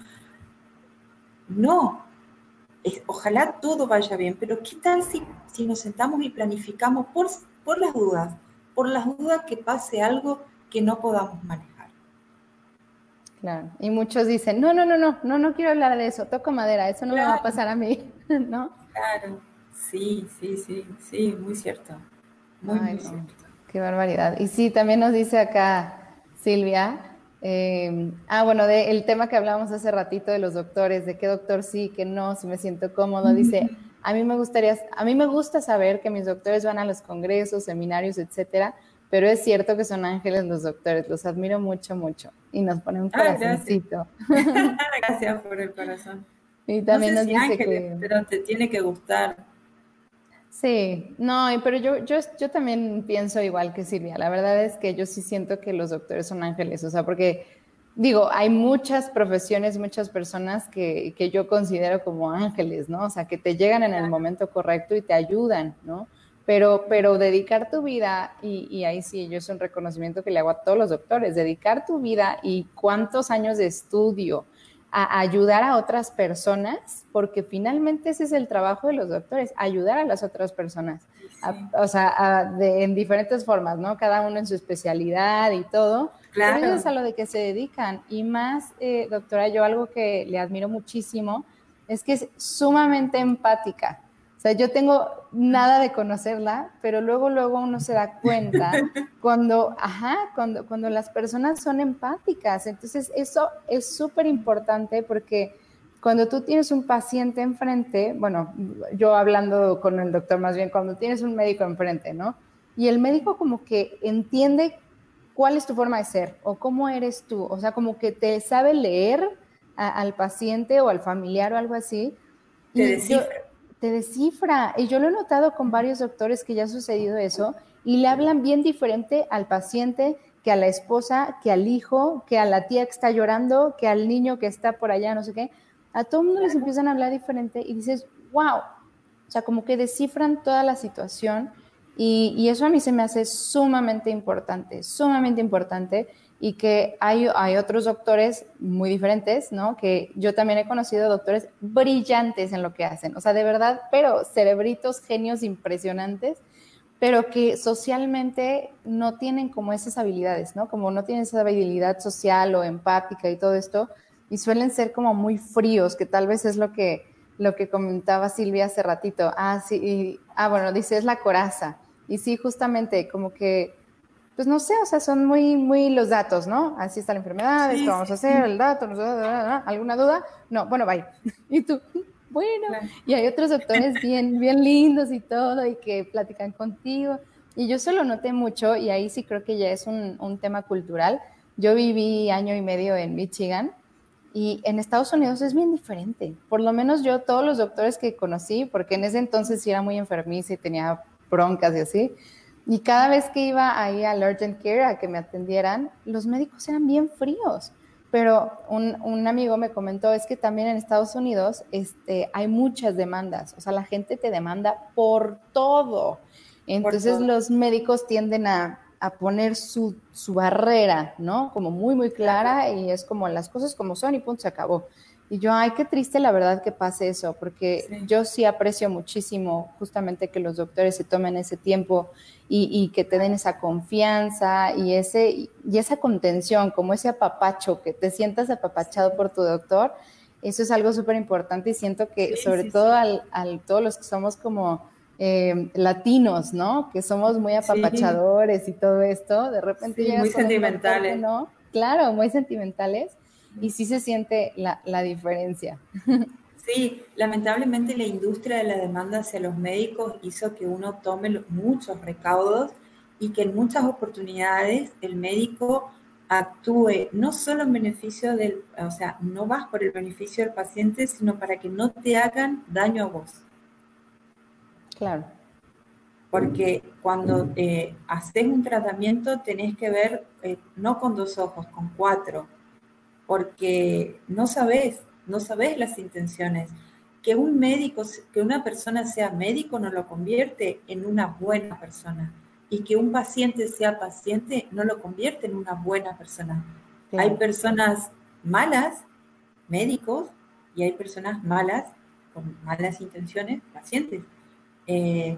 No, ojalá todo vaya bien, pero ¿qué tal si nos sentamos y planificamos por las dudas que pase algo que no podamos manejar? Claro, y muchos dicen, no quiero hablar de eso, toco madera, eso no me va a pasar a mí, ¿no? Claro, sí, muy cierto. Ay, Muy no, cierto. qué barbaridad. Y sí, también nos dice acá Silvia, bueno, el tema que hablábamos hace ratito de los doctores, de qué doctor sí, qué no, si me siento cómodo, dice, a mí me gusta saber que mis doctores van a los congresos, seminarios, etcétera, pero es cierto que son ángeles los doctores, los admiro mucho, mucho. Y nos pone un Ah, gracias. corazoncito. Gracias por el corazón. Y No también sé nos si dice ángeles, que pero te tiene que gustar. sí, no, pero yo también pienso igual que Silvia. La verdad es que yo sí siento que los doctores son ángeles, o sea, porque digo, hay muchas profesiones, muchas personas que yo considero como ángeles, ¿no? O sea, que te llegan en el momento correcto y te ayudan, ¿no? Pero dedicar tu vida, y ahí sí, yo es un reconocimiento que le hago a todos los doctores, dedicar tu vida y cuántos años de estudio a ayudar a otras personas, porque finalmente ese es el trabajo de los doctores, ayudar a las otras personas, Sí, o sea, en diferentes formas, ¿no? Cada uno en su especialidad y todo, pero eso es claro. a lo de que se dedican. Y más, doctora, yo algo que le admiro muchísimo es que es sumamente empática. O sea, yo tengo nada de conocerla, pero luego uno se da cuenta cuando las personas son empáticas. Entonces, eso es súper importante porque cuando tú tienes un paciente enfrente, bueno, yo hablando con el doctor más bien, cuando tienes un médico enfrente, ¿no? Y el médico como que entiende cuál es tu forma de ser o cómo eres tú, o sea, como que te sabe leer al paciente o al familiar o algo así, Te y yo descifra. te descifra, y yo lo he notado con varios doctores que ya ha sucedido eso, y le hablan bien diferente al paciente que a la esposa, que al hijo, que a la tía que está llorando, que al niño que está por allá, no sé qué. A todo el mundo les empiezan a hablar diferente y dices, wow, o sea, como que descifran toda la situación y eso a mí se me hace sumamente importante y que hay otros doctores muy diferentes, ¿no? Que yo también he conocido doctores brillantes en lo que hacen, o sea, de verdad, pero cerebritos, genios impresionantes, pero que socialmente no tienen como esas habilidades, ¿no? Como no tienen esa habilidad social o empática y todo esto, y suelen ser como muy fríos, que tal vez es lo que comentaba Silvia hace ratito. Ah, sí, bueno, dice, es la coraza. Y sí, justamente, como que, pues no sé, o sea, son muy los datos, ¿no? Así está la enfermedad, esto Sí, vamos a sí, hacer, sí. el dato, no sé, ¿alguna duda? No, bueno, bye. Y tú, bueno, Claro. y hay otros doctores bien lindos y todo, y que platican contigo. Y yo se lo noté mucho, y ahí sí creo que ya es un tema cultural. Yo viví año y medio en Michigan, y en Estados Unidos es bien diferente. Por lo menos yo, todos los doctores que conocí, porque en ese entonces sí era muy enfermiza y tenía broncas y así, y cada vez que iba ahí al urgent care a que me atendieran, los médicos eran bien fríos. Pero un amigo me comentó, es que también en Estados Unidos hay muchas demandas, o sea, la gente te demanda por todo. Por Entonces todo. los médicos tienden a poner su barrera, ¿no? Como muy Claro. clara y es como las cosas como son y punto, se acabó. Y yo, ay, qué triste la verdad que pase eso, porque Sí, yo sí aprecio muchísimo justamente que los doctores se tomen ese tiempo y que te den esa confianza y esa contención, como ese apapacho, que te sientas apapachado por tu doctor. Eso es algo súper importante y siento que sí, sobre sí, todo sí. todos los que somos como latinos, ¿no? Que somos muy Sí, apapachadores y todo esto, de repente sí, muy llegas con un doctor que sentimentales. no, claro, muy sentimentales, y sí se siente la diferencia. Sí, lamentablemente la industria de la demanda hacia los médicos hizo que uno tome muchos recaudos y que en muchas oportunidades el médico actúe no solo en beneficio del, o sea, no vas por el beneficio del paciente, sino para que no te hagan daño a vos. Claro, Porque cuando haces un tratamiento tenés que ver no con dos ojos, con cuatro, porque no sabes las intenciones. Que un médico, que una persona sea médico no lo convierte en una buena persona. Y que un paciente sea paciente no lo convierte en una buena persona. Hay claro. personas malas, médicos, y hay personas malas, con malas intenciones, pacientes. Eh,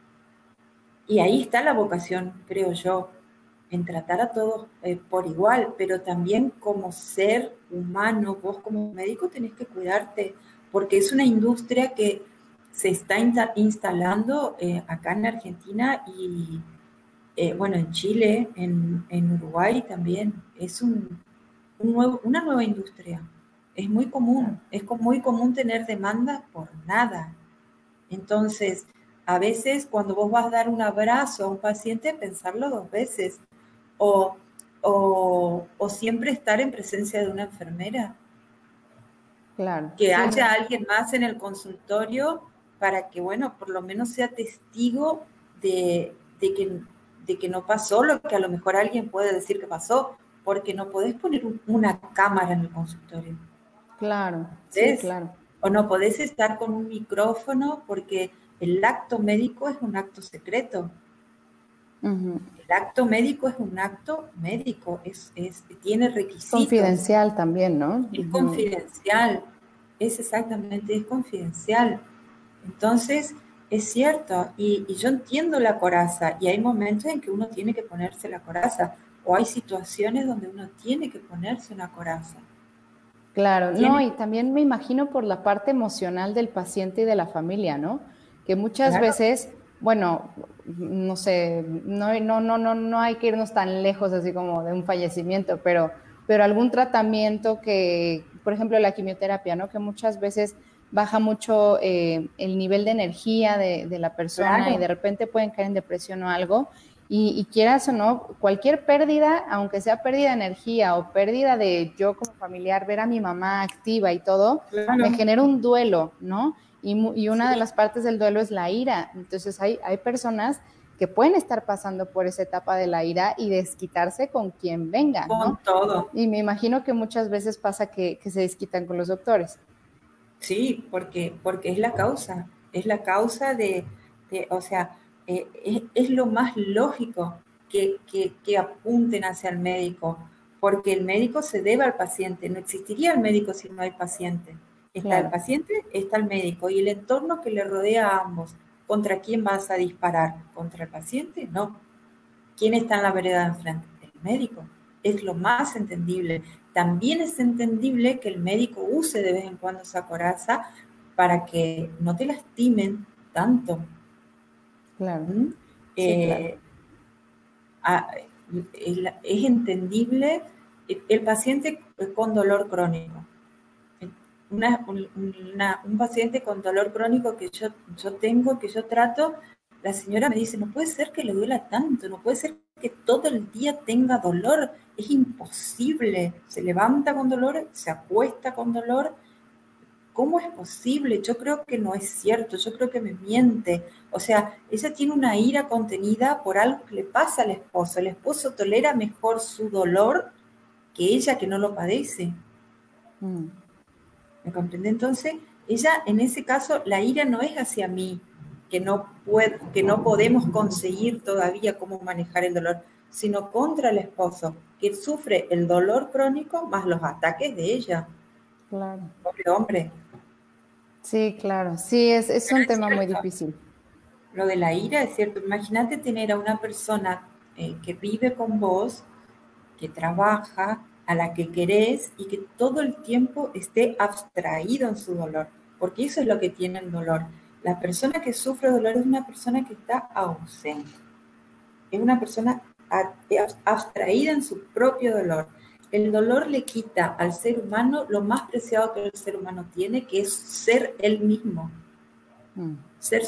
y ahí está la vocación, creo yo, en tratar a todos por igual, pero también como ser humano, vos como médico tenés que cuidarte, porque es una industria que se está instalando acá en Argentina y bueno, en Chile, en Uruguay también. Es una nueva industria. Es muy común, muy común tener demanda por nada. Entonces, a veces cuando vos vas a dar un abrazo a un paciente, pensarlo dos veces. O, o siempre estar en presencia de una enfermera. Claro, Que sí, haya no, alguien más en el consultorio para que, bueno, por lo menos sea testigo de que no pasó lo que a lo mejor alguien puede decir que pasó, porque no podés poner una cámara en el consultorio. claro, sí, ¿Ves? claro. O no podés estar con un micrófono porque el acto médico es un acto secreto. Ujú. El acto médico es un acto médico, tiene Es requisitos. confidencial también, ¿no? Es Ujú. confidencial, es confidencial. Entonces, es cierto, y yo entiendo la coraza, y hay momentos en que uno tiene que ponerse la coraza, o hay situaciones donde uno tiene que ponerse una coraza. Claro, no, Tiene, y también me imagino por la parte emocional del paciente y de la familia, ¿no? Que muchas claro, veces, bueno, no sé, no hay que irnos tan lejos así como de un fallecimiento, pero algún tratamiento que, por ejemplo, la quimioterapia, ¿no? Que muchas veces baja mucho el nivel de energía de la persona y de claro, repente pueden caer en depresión o algo. Y quieras o no, cualquier pérdida, aunque sea pérdida de energía o pérdida de yo como familiar, ver a mi mamá activa y todo, me claro, genera un duelo, ¿no? Y una de sí, las partes del duelo es la ira. Entonces hay personas que pueden estar pasando por esa etapa de la ira y desquitarse con quien venga, ¿no? con todo. Y me imagino que muchas veces pasa que se desquitan con los doctores. Sí, porque es la causa o sea, es lo más lógico que apunten hacia el médico, porque el médico se debe al paciente, no existiría el médico si no hay paciente. Está el Claro, paciente, está el médico y el entorno que le rodea a ambos. ¿Contra quién vas a disparar? ¿Contra el paciente? No. ¿Quién está en la vereda de enfrente? El médico. Es lo más entendible. También es entendible que el médico use de vez en cuando esa coraza para que no te lastimen tanto. claro, ¿Mm? sí, claro. Eh, a- es entendible el paciente con dolor crónico. Un paciente con dolor crónico que yo tengo, que yo trato, la señora me dice, no puede ser que le duela tanto, no puede ser que todo el día tenga dolor, es imposible. Se levanta con dolor, se acuesta con dolor. ¿Cómo es posible? Yo creo que no es cierto, yo creo que me miente. O sea, ella tiene una ira contenida por algo que le pasa al esposo. El esposo tolera mejor su dolor que ella que no lo padece. Mm, ¿Me comprende? Entonces, ella, en ese caso, la ira no es hacia mí, que no podemos conseguir todavía cómo manejar el dolor, sino contra el esposo, que sufre el dolor crónico más los ataques de ella. claro. Pobre hombre. Sí, claro. Sí, es Pero un es tema muy cierto, difícil. lo de la ira es cierto. Imagínate tener a una persona que vive con vos, que trabaja, a la que querés y que todo el tiempo esté abstraído en su dolor, porque eso es lo que tiene el dolor. La persona que sufre dolor es una persona que está ausente, es una persona abstraída en su propio dolor. El dolor le quita al ser humano lo más preciado que el ser humano tiene, que es ser él mismo, Mm, ser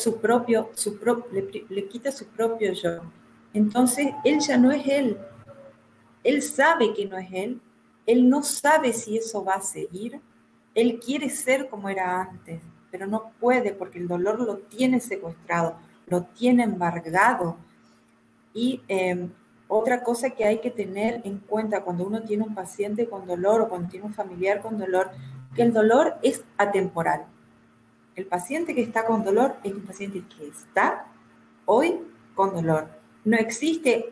le quita su propio yo. Entonces, él ya no es él, él sabe que no es él no sabe si eso va a seguir, él quiere ser como era antes, pero no puede porque el dolor lo tiene secuestrado, lo tiene embargado. Y otra cosa que hay que tener en cuenta cuando uno tiene un paciente con dolor o cuando tiene un familiar con dolor, que el dolor es atemporal. El paciente que está con dolor es un paciente que está hoy con dolor. No existe,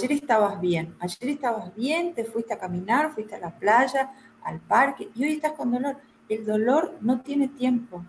ayer estabas bien, te fuiste a caminar, fuiste a la playa, al parque, y hoy estás con dolor. El dolor no tiene tiempo.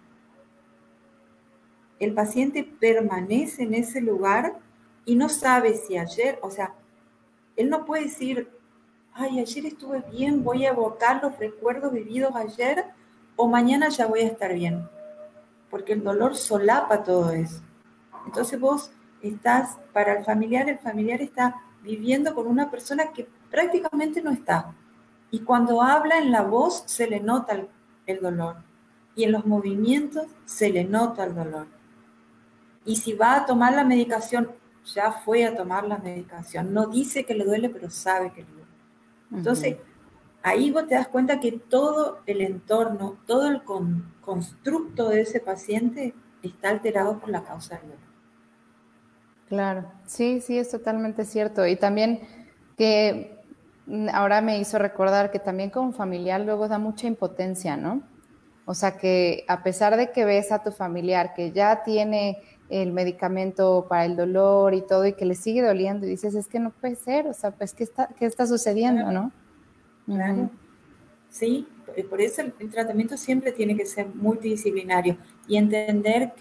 El paciente permanece en ese lugar y no sabe si ayer, o sea, él no puede decir, ay, ayer estuve bien, voy a evocar los recuerdos vividos ayer o mañana ya voy a estar bien. porque el dolor solapa todo eso. Entonces vos estás, para el familiar está viviendo con una persona que prácticamente no está. Y cuando habla en la voz se le nota el dolor. Y en los movimientos se le nota el dolor. Y si va a tomar la medicación, ya fue a tomar la medicación. No dice que le duele, pero sabe que le duele. Entonces, ahí vos te das cuenta que todo el entorno, todo el constructo de ese paciente está alterado por la causa del dolor. Claro, sí, sí, es totalmente cierto. Y también que ahora me hizo recordar que también como familiar luego da mucha impotencia, ¿no? O sea que a pesar de que ves a tu familiar que ya tiene el medicamento para el dolor y todo y que le sigue doliendo y dices, es que no puede ser, o sea, pues, qué está sucediendo, Claro, no? claro. Sí, por eso el tratamiento siempre tiene que ser multidisciplinario y entender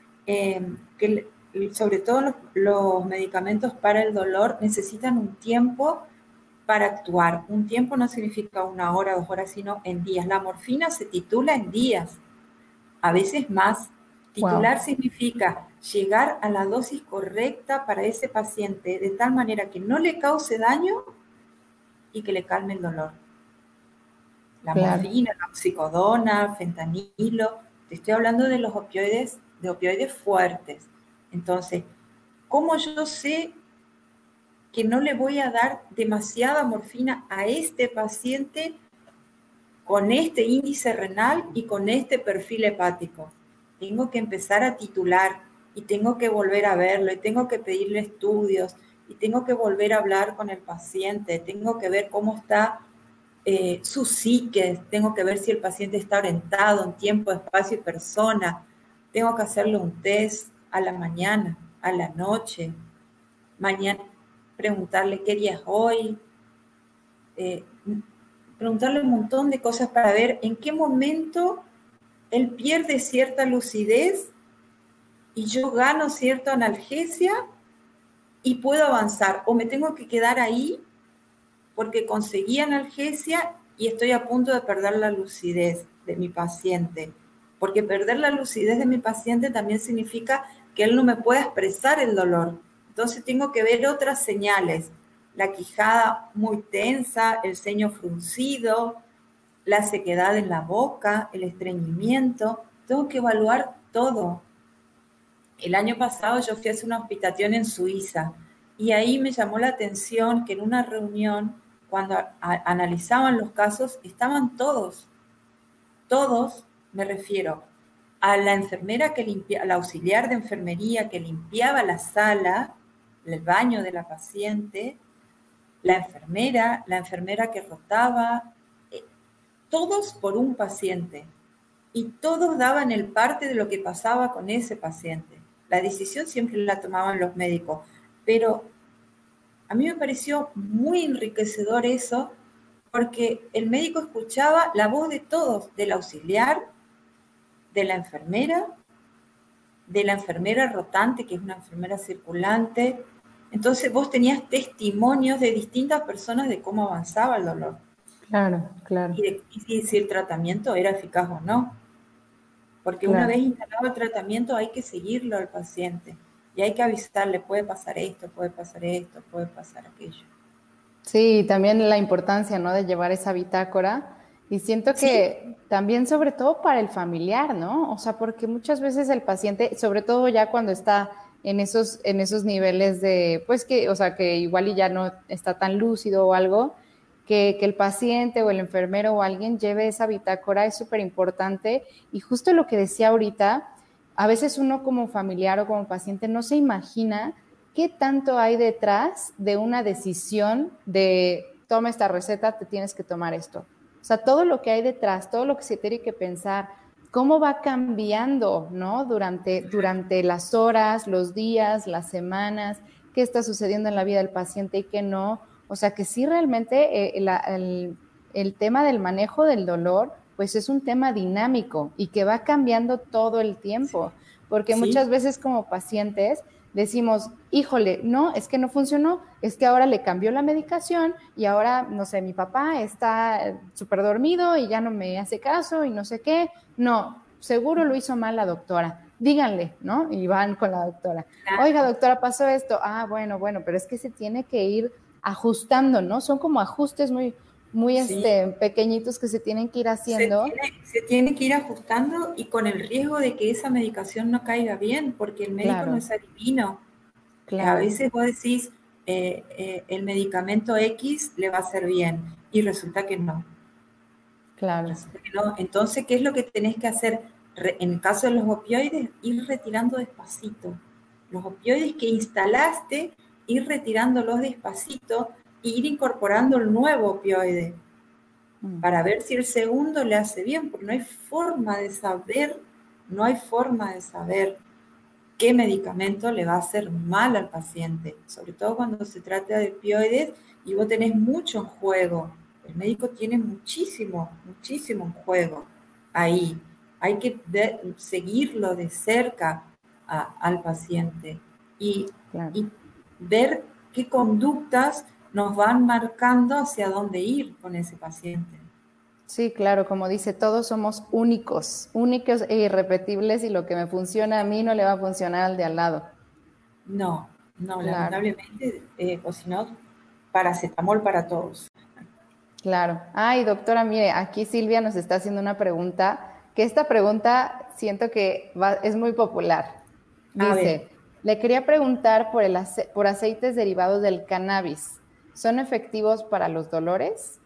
que sobre todo los medicamentos para el dolor necesitan un tiempo para actuar. Un tiempo no significa 1 hora, 2 horas, sino en días. La morfina se titula en días, a veces más. Wow, Titular significa llegar a la dosis correcta para ese paciente de tal manera que no le cause daño y que le calme el dolor. La claro, morfina, la oxicodona, fentanilo, te estoy hablando de los opioides, de opioides fuertes. Entonces, ¿cómo yo sé que no le voy a dar demasiada morfina a este paciente con este índice renal y con este perfil hepático? Tengo que empezar a titular y tengo que volver a verlo y tengo que pedirle estudios y tengo que volver a hablar con el paciente, tengo que ver cómo está su psique, tengo que ver si el paciente está orientado en tiempo, espacio y persona, tengo que hacerle un test a la mañana, a la noche, mañana preguntarle qué día es hoy, eh, preguntarle un montón de cosas para ver en qué momento él pierde cierta lucidez y yo gano cierta analgesia y puedo avanzar, o me tengo que quedar ahí porque conseguí analgesia y estoy a punto de perder la lucidez de mi paciente. Porque perder la lucidez de mi paciente también significa que él no me puede expresar el dolor. Entonces tengo que ver otras señales. La quijada muy tensa, el ceño fruncido, la sequedad en la boca, el estreñimiento. Tengo que evaluar todo. El año pasado yo fui a hacer una hospitación en Suiza y ahí me llamó la atención que en una reunión, cuando analizaban los casos, estaban todos, me refiero a la enfermera que limpia, al auxiliar de enfermería que limpiaba la sala, el baño de la paciente, la enfermera que rotaba, todos por un paciente. Y todos daban el parte de lo que pasaba con ese paciente. La decisión siempre la tomaban los médicos, pero a mí me pareció muy enriquecedor eso, porque el médico escuchaba la voz de todos, del auxiliar, de de la enfermera rotante, que es una enfermera circulante. Entonces vos tenías testimonios de distintas personas de cómo avanzaba el dolor claro, claro, y si el tratamiento era eficaz o no. Porque una vez claro. instalado el tratamiento hay que seguirlo al paciente y hay que avisarle, puede pasar esto, puede pasar esto, puede pasar aquello. Sí, también la importancia, ¿no? De llevar esa bitácora. Y siento Sí, que también, sobre todo para el familiar, ¿no? O sea, porque muchas veces el paciente, sobre todo ya cuando está en esos niveles de, pues que, o sea, que igual y ya no está tan lúcido o algo, que el paciente o el enfermero o alguien lleve esa bitácora es súper importante. Y justo lo que decía ahorita, a veces uno como familiar o como paciente no se imagina qué tanto hay detrás de una decisión de toma esta receta, te tienes que tomar esto. O sea, todo lo que hay detrás, todo lo que se tiene que pensar, cómo va cambiando, ¿no? Durante las horas, los días, las semanas, qué está sucediendo en la vida del paciente y qué no. O sea, que sí realmente el tema del manejo del dolor, pues es un tema dinámico y que va cambiando todo el tiempo, porque sí, muchas veces como pacientes decimos, híjole, no, es que no funcionó, es que ahora le cambió la medicación y ahora, no sé, mi papá está súper dormido y ya no me hace caso y no sé qué. No, seguro lo hizo mal la doctora, díganle, ¿no? Y van con la doctora. Claro. Oiga, doctora, pasó esto. Ah, bueno, pero es que se tiene que ir ajustando, ¿no? Son como ajustes muy Sí, pequeñitos que se tienen que ir haciendo. se tiene que ir ajustando y con el riesgo de que esa medicación no caiga bien, porque el médico no Claro, es adivino. A claro, veces vos decís, el medicamento X le va a hacer bien y resulta que no. claro. Entonces, ¿qué es lo que tenés que hacer? En el caso de los opioides, ir retirando despacito. Los opioides que instalaste, ir retirándolos despacito e ir incorporando el nuevo opioide para ver si el segundo le hace bien, porque no hay forma de saber qué medicamento le va a hacer mal al paciente, sobre todo cuando se trata de opioides y vos tenés mucho en juego. El médico tiene muchísimo en juego ahí. Hay que seguirlo de cerca al paciente y, Claro. y ver qué conductas nos van marcando hacia dónde ir con ese paciente. Sí, claro, como dice, todos somos únicos e irrepetibles y lo que me funciona a mí no le va a funcionar al de al lado. No, no, Claro, lamentablemente, o si no, paracetamol para todos. claro. Ay, doctora, mire, aquí Silvia nos está haciendo una pregunta, que esta pregunta siento que es muy popular. A ver, Dice, le quería preguntar por aceites derivados del cannabis. ¿Son efectivos para los dolores?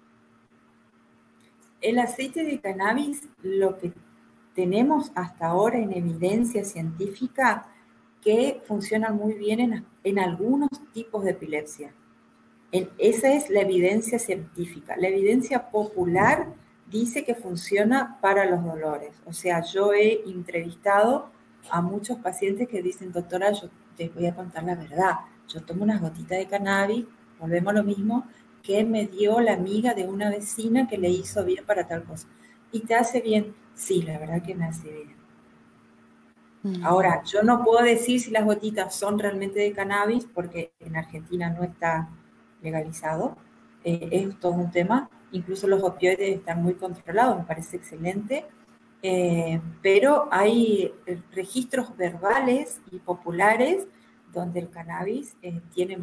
el aceite de cannabis, lo que tenemos hasta ahora en evidencia científica, que funciona muy bien en algunos tipos de epilepsia. Esa es la evidencia científica. La evidencia popular dice que funciona para los dolores. O sea, yo he entrevistado a muchos pacientes que dicen, doctora, yo te voy a contar la verdad. Yo tomo unas gotitas de cannabis, volvemos a lo mismo, que me dio la amiga de una vecina que le hizo bien para tal cosa. ¿Y te hace bien? Sí, la verdad que me hace bien. Ahora, yo no puedo decir si las gotitas son realmente de cannabis porque en Argentina no está legalizado. Es todo un tema. Incluso los opioides están muy controlados, me parece excelente. Pero hay registros verbales y populares donde el cannabis tiene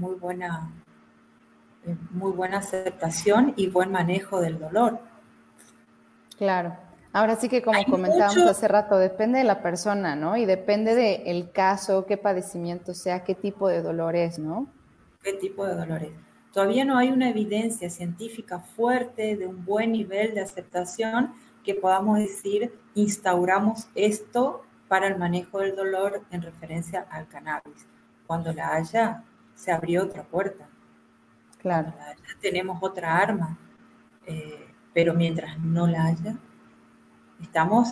muy buena aceptación y buen manejo del dolor. Claro. Ahora sí que Hay como comentábamos mucho, hace rato, depende de la persona, ¿no? Y depende del caso, qué padecimiento sea, qué tipo de dolor es, ¿no? ¿qué tipo de dolores? Todavía no hay una evidencia científica fuerte de un buen nivel de aceptación que podamos decir, instauramos esto para el manejo del dolor en referencia al cannabis. Cuando la haya, se abrió otra puerta. Cuando Claro. la haya, tenemos otra arma. Pero mientras no la haya, estamos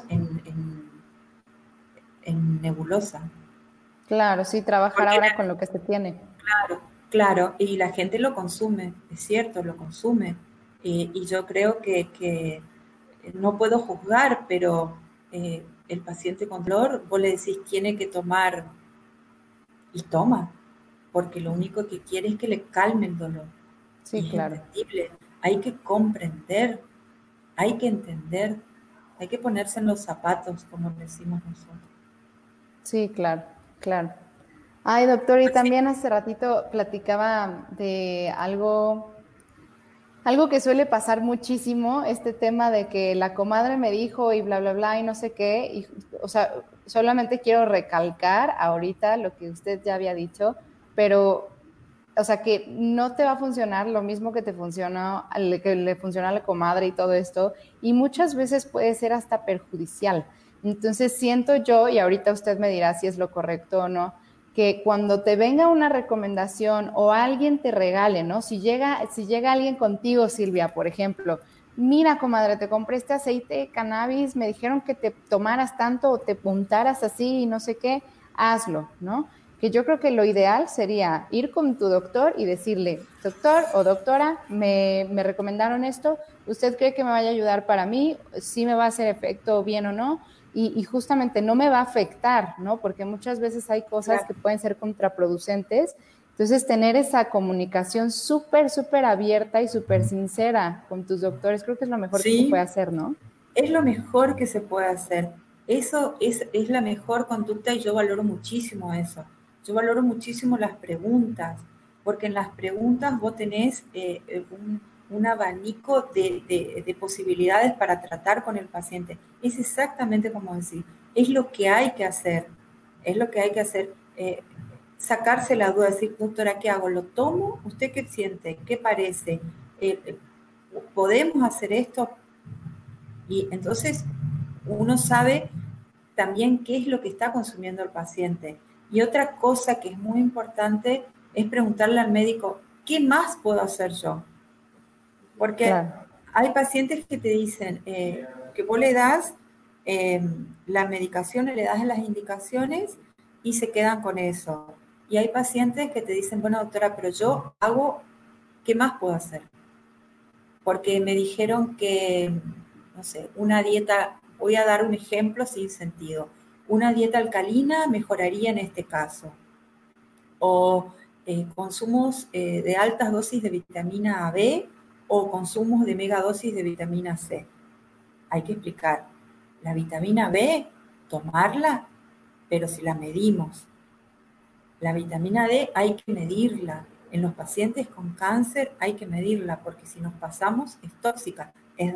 en nebulosa. Claro, sí, trabajar Porque ahora con lo que se tiene. claro, claro, y la gente lo consume, es cierto, lo consume. Y yo creo que no puedo juzgar, pero el paciente con dolor, vos le decís tiene que tomar y toma, porque lo único que quiere es que le calme el dolor. Sí, Y es claro. entendible, hay que comprender, hay que entender, hay que ponerse en los zapatos, como decimos nosotros. Sí, claro, claro. Ay, doctor, y Así, también hace ratito platicaba de algo que suele pasar muchísimo, este tema de que la comadre me dijo y bla, bla, bla, y no sé qué, y, o sea, solamente quiero recalcar ahorita lo que usted ya había dicho, pero, o sea, que no te va a funcionar lo mismo que te funcionó, que le funciona a la comadre y todo esto, y muchas veces puede ser hasta perjudicial. Entonces siento yo, y ahorita usted me dirá si es lo correcto o no, que cuando te venga una recomendación o alguien te regale, ¿no? Si llega alguien contigo, Silvia, por ejemplo, mira, comadre, te compré este aceite de cannabis, me dijeron que te tomaras tanto o te puntaras así y no sé qué, hazlo, ¿no? Que yo creo que lo ideal sería ir con tu doctor y decirle, doctor o doctora, me recomendaron esto, ¿usted cree que me vaya a ayudar para mí? ¿Sí me va a hacer efecto bien o no? Y justamente no me va a afectar, ¿no? Porque muchas veces hay cosas claro. que pueden ser contraproducentes. Entonces, tener esa comunicación súper, súper abierta y súper sincera con tus doctores, creo que es lo mejor que se puede Sí, hacer, ¿no? es lo mejor que se puede hacer. Eso es la mejor conducta y yo valoro muchísimo eso. Yo valoro muchísimo las preguntas, porque en las preguntas vos tenés un abanico de posibilidades para tratar con el paciente. Es exactamente como decir, es lo que hay que hacer, es lo que hay que hacer. Sacarse la duda, decir, doctora, ¿qué hago? ¿Lo tomo? ¿Usted qué siente? ¿Qué parece? ¿Podemos hacer esto? Y entonces uno sabe también qué es lo que está consumiendo el paciente. Y otra cosa que es muy importante es preguntarle al médico, ¿qué más puedo hacer yo? Porque Claro. hay pacientes que te dicen que vos le das la medicación, le das las indicaciones y se quedan con eso. Y hay pacientes que te dicen, bueno, doctora, pero yo hago, ¿qué más puedo hacer? Porque me dijeron que, no sé, una dieta, voy a dar un ejemplo sin sentido, una dieta alcalina mejoraría en este caso. O consumos de altas dosis de vitamina B o consumos de megadosis de vitamina C. Hay que explicar, la vitamina B, tomarla, pero si la medimos. La vitamina D hay que medirla. En los pacientes con cáncer hay que medirla, porque si nos pasamos es tóxica,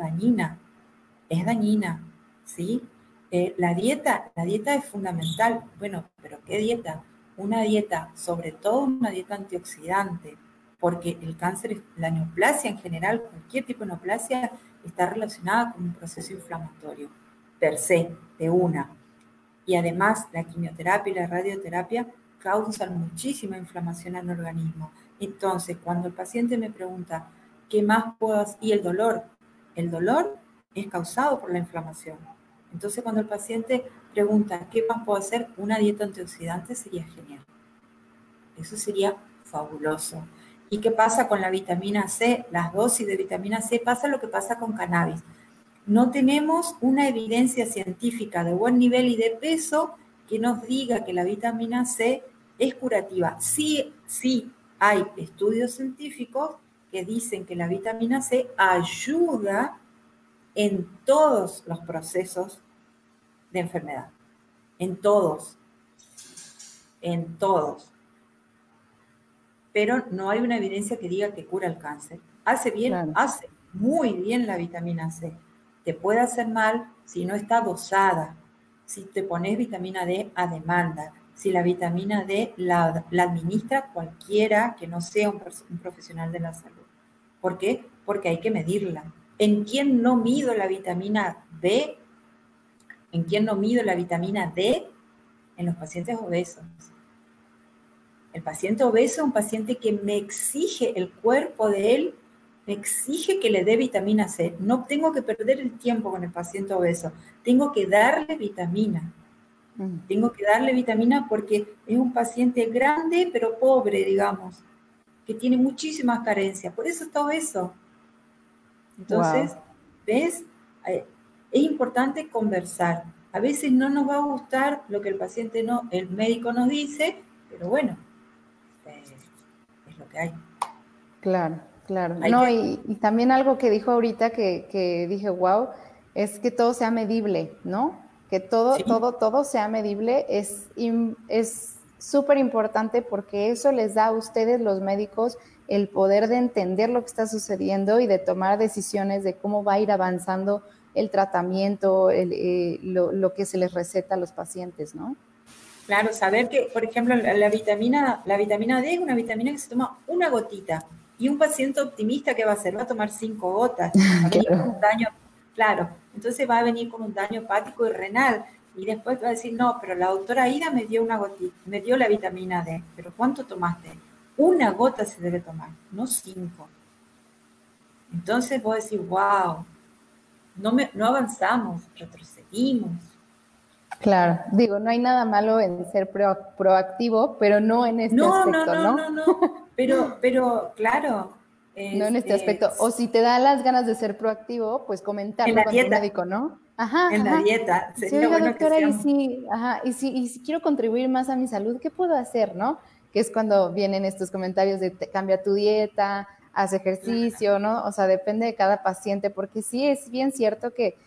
es dañina, ¿sí? La dieta es fundamental. Bueno, pero ¿qué dieta? Una dieta, sobre todo una dieta antioxidante, porque el cáncer, la neoplasia en general, cualquier tipo de neoplasia está relacionada con un proceso inflamatorio, per se, de una. Y además la quimioterapia y la radioterapia causan muchísima inflamación en el organismo. Entonces, cuando el paciente me pregunta, ¿qué más puedo hacer? Y el dolor es causado por la inflamación. Entonces, cuando el paciente pregunta, ¿qué más puedo hacer? Una dieta antioxidante sería genial. Eso sería fabuloso. ¿Y qué pasa con la vitamina C? Las dosis de vitamina C, pasa lo que pasa con cannabis. No tenemos una evidencia científica de buen nivel y de peso que nos diga que la vitamina C es curativa. Sí, sí hay estudios científicos que dicen que la vitamina C ayuda en todos los procesos de enfermedad, en todos, en todos. Pero no hay una evidencia que diga que cura el cáncer. Hace bien, Claro. hace muy bien la vitamina C. Te puede hacer mal si no está dosada, si te pones vitamina D a demanda, si la vitamina D la administra cualquiera que no sea un profesional de la salud. ¿Por qué? Porque hay que medirla. ¿En quién no mido la vitamina B? ¿En quién no mido la vitamina D? En los pacientes obesos. El paciente obeso es un paciente que me exige, el cuerpo de él me exige que le dé vitamina C. No tengo que perder el tiempo con el paciente obeso. Tengo que darle vitamina. Tengo que darle vitamina porque es un paciente grande pero pobre, digamos, que tiene muchísimas carencias. Por eso está obeso. Entonces, Wow. ¿ves? Es importante conversar. A veces no nos va a gustar lo que el médico nos dice, pero bueno, es lo que hay. Claro, claro. Hay No, que, y también algo que dijo ahorita que dije, wow, es que todo sea medible, ¿no? Que todo, sí, todo, todo sea medible es súper importante porque eso les da a ustedes, los médicos, el poder de entender lo que está sucediendo y de tomar decisiones de cómo va a ir avanzando el tratamiento, lo que se les receta a los pacientes, ¿no? claro, saber que, por ejemplo, la vitamina D es una vitamina que se toma una gotita. Y un paciente optimista, ¿qué va a hacer? Va a tomar 5 gotas. Va a venir con un Claro. daño, claro, entonces va a venir con un daño hepático y renal. Y después va a decir, no, pero la doctora Aida me dio una gotita, me dio la vitamina D. ¿Pero cuánto tomaste? Una gota se debe tomar, no 5. Entonces vos decís, wow, no avanzamos, retrocedimos. Claro, digo, no hay nada malo en ser proactivo, pero no en este No, no, aspecto, no, ¿no? no, no. Pero claro, No en este aspecto. O si te da las ganas de ser proactivo, pues en comentarlo la con tu dieta, médico, ¿no? Ajá, en la ajá. dieta, Y si, sería oiga, bueno que doctora, seamos, ajá, y si quiero contribuir más a mi salud, ¿qué puedo hacer, no? Que es cuando vienen estos comentarios de cambia tu dieta, haz ejercicio, ¿no? O sea, depende de cada paciente, porque sí es bien cierto que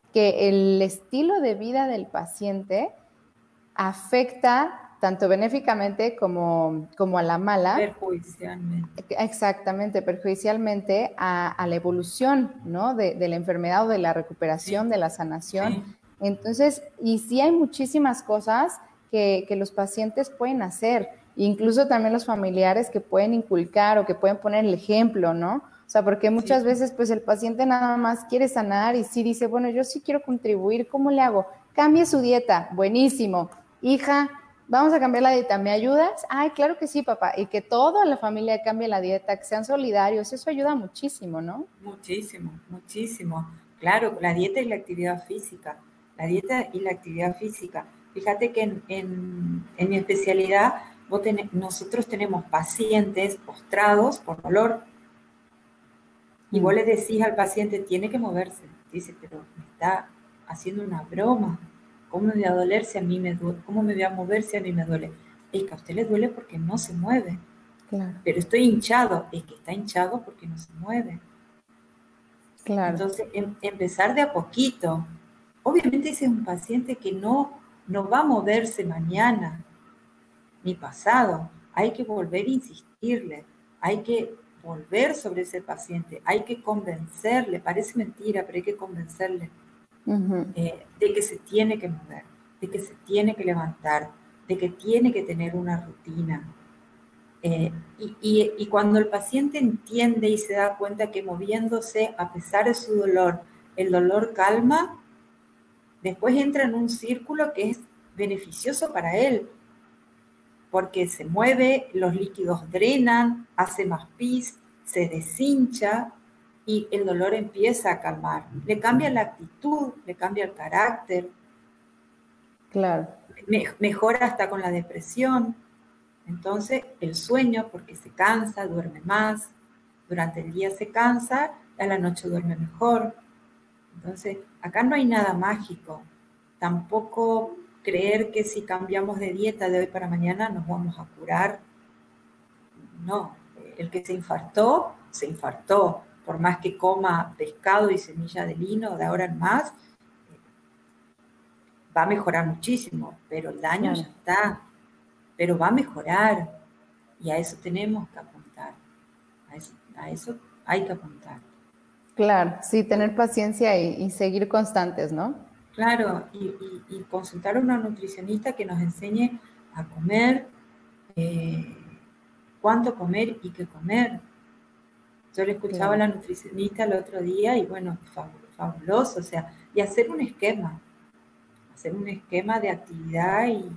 que el estilo de vida del paciente afecta tanto benéficamente como a la mala. Perjudicialmente. Exactamente, perjudicialmente a la evolución, ¿no? De la enfermedad o de la recuperación, Sí, de la sanación. sí. Entonces, y sí hay muchísimas cosas que los pacientes pueden hacer, incluso también los familiares que pueden inculcar o que pueden poner el ejemplo, ¿no? O sea, porque Sí. muchas veces pues el paciente nada más quiere sanar y sí dice, bueno, yo sí quiero contribuir, ¿cómo le hago? Cambie su dieta, buenísimo. Hija, vamos a cambiar la dieta, ¿me ayudas? Ay, claro que sí, papá. Y que toda la familia cambie la dieta, que sean solidarios, eso ayuda muchísimo, ¿no? Muchísimo, muchísimo. Claro, la dieta y la actividad física. La dieta y la actividad física. Fíjate que en mi especialidad nosotros tenemos pacientes postrados por dolor y vos le decís al paciente, tiene que moverse. Dice, pero me está haciendo una broma. ¿Cómo me voy a doler si a mí me duele? ¿Cómo me voy a mover si a mí me duele? Es que a usted le duele porque no se mueve. Claro, Pero estoy hinchado. Es que está hinchado porque no se mueve. claro. Entonces, empezar de a poquito. Obviamente ese es un paciente que no va a moverse mañana ni pasado. Hay que volver a insistirle, hay que volver sobre ese paciente, hay que convencerle, parece mentira, pero hay que convencerle de que se tiene que mover, de que se tiene que levantar, de que tiene que tener una rutina. Y cuando el paciente entiende y se da cuenta que moviéndose, a pesar de su dolor, el dolor calma, después entra en un círculo que es beneficioso para él, porque se mueve, los líquidos drenan, hace más pis, se deshincha y el dolor empieza a calmar. Le cambia la actitud, le cambia el carácter, Claro. mejora hasta con la depresión. Entonces, el sueño, porque se cansa, duerme más, durante el día se cansa, a la noche duerme mejor. Entonces, acá no hay nada mágico. Tampoco creer que si cambiamos de dieta de hoy para mañana nos vamos a curar. No, el que se infartó, se infartó. Por más que coma pescado y semilla de lino de ahora en más, va a mejorar muchísimo, pero el daño Claro. ya está. Pero va a mejorar y a eso tenemos que apuntar. A eso hay que apuntar. Claro, sí, tener paciencia y seguir constantes, ¿no? Claro, y consultar a una nutricionista que nos enseñe a comer, eh, cuánto comer y qué comer. Yo le escuchaba a Claro, la nutricionista el otro día y bueno, fabuloso, o sea, y hacer un esquema de actividad y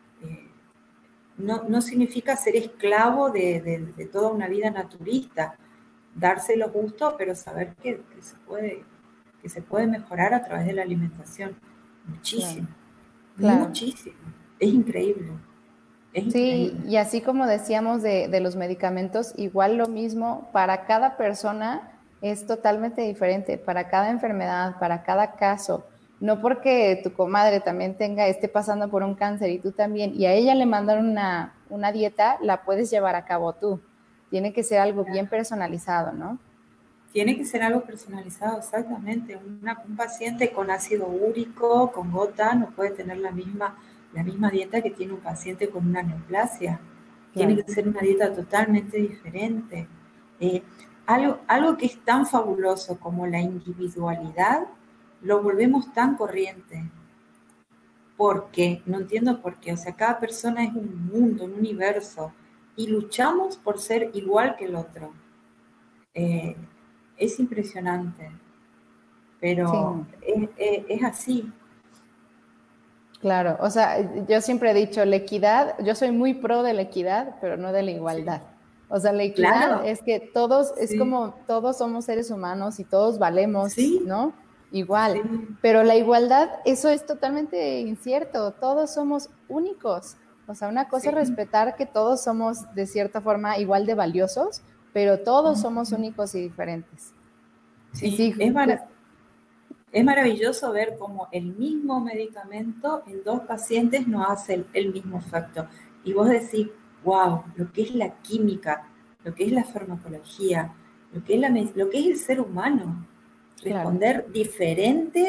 no significa ser esclavo de toda una vida naturista, darse los gustos, pero saber que se puede mejorar a través de la alimentación. claro, Muchísimo, claro. muchísimo. Es increíble, es Sí, increíble. y así como decíamos de los medicamentos, igual lo mismo para cada persona es totalmente diferente, para cada enfermedad, para cada caso. No porque tu comadre también esté pasando por un cáncer y tú también, y a ella le mandaron una dieta, la puedes llevar a cabo tú. Tiene que ser algo bien personalizado, ¿no? Tiene que ser algo personalizado, exactamente. Un paciente con ácido úrico, con gota, no puede tener la misma dieta que tiene un paciente con una neoplasia. Tiene Claro, que ser una dieta totalmente diferente. Eh, algo que es tan fabuloso como la individualidad, lo volvemos tan corriente. Porque, no entiendo por qué, o sea, cada persona es un mundo, un universo, y luchamos por ser igual que el otro. Eh, es impresionante, sí, pero no. es así. Claro, o sea, yo siempre he dicho, la equidad, yo soy muy pro de la equidad, pero no de la Sí. igualdad. O sea, la equidad Claro, es que todos, es sí, como todos somos seres humanos y todos valemos, sí, ¿no? Igual. sí, Pero la igualdad, eso es totalmente incierto. Todos somos únicos. O sea, una cosa es sí, respetar que todos somos de cierta forma igual de valiosos, pero todos somos ujú, únicos y diferentes. Y sí. sí, Es maravilloso ver cómo el mismo medicamento en dos pacientes no hace el mismo efecto. Y vos decís, wow, lo que es la química, lo que es la farmacología, lo que es el ser humano, claro, responder diferente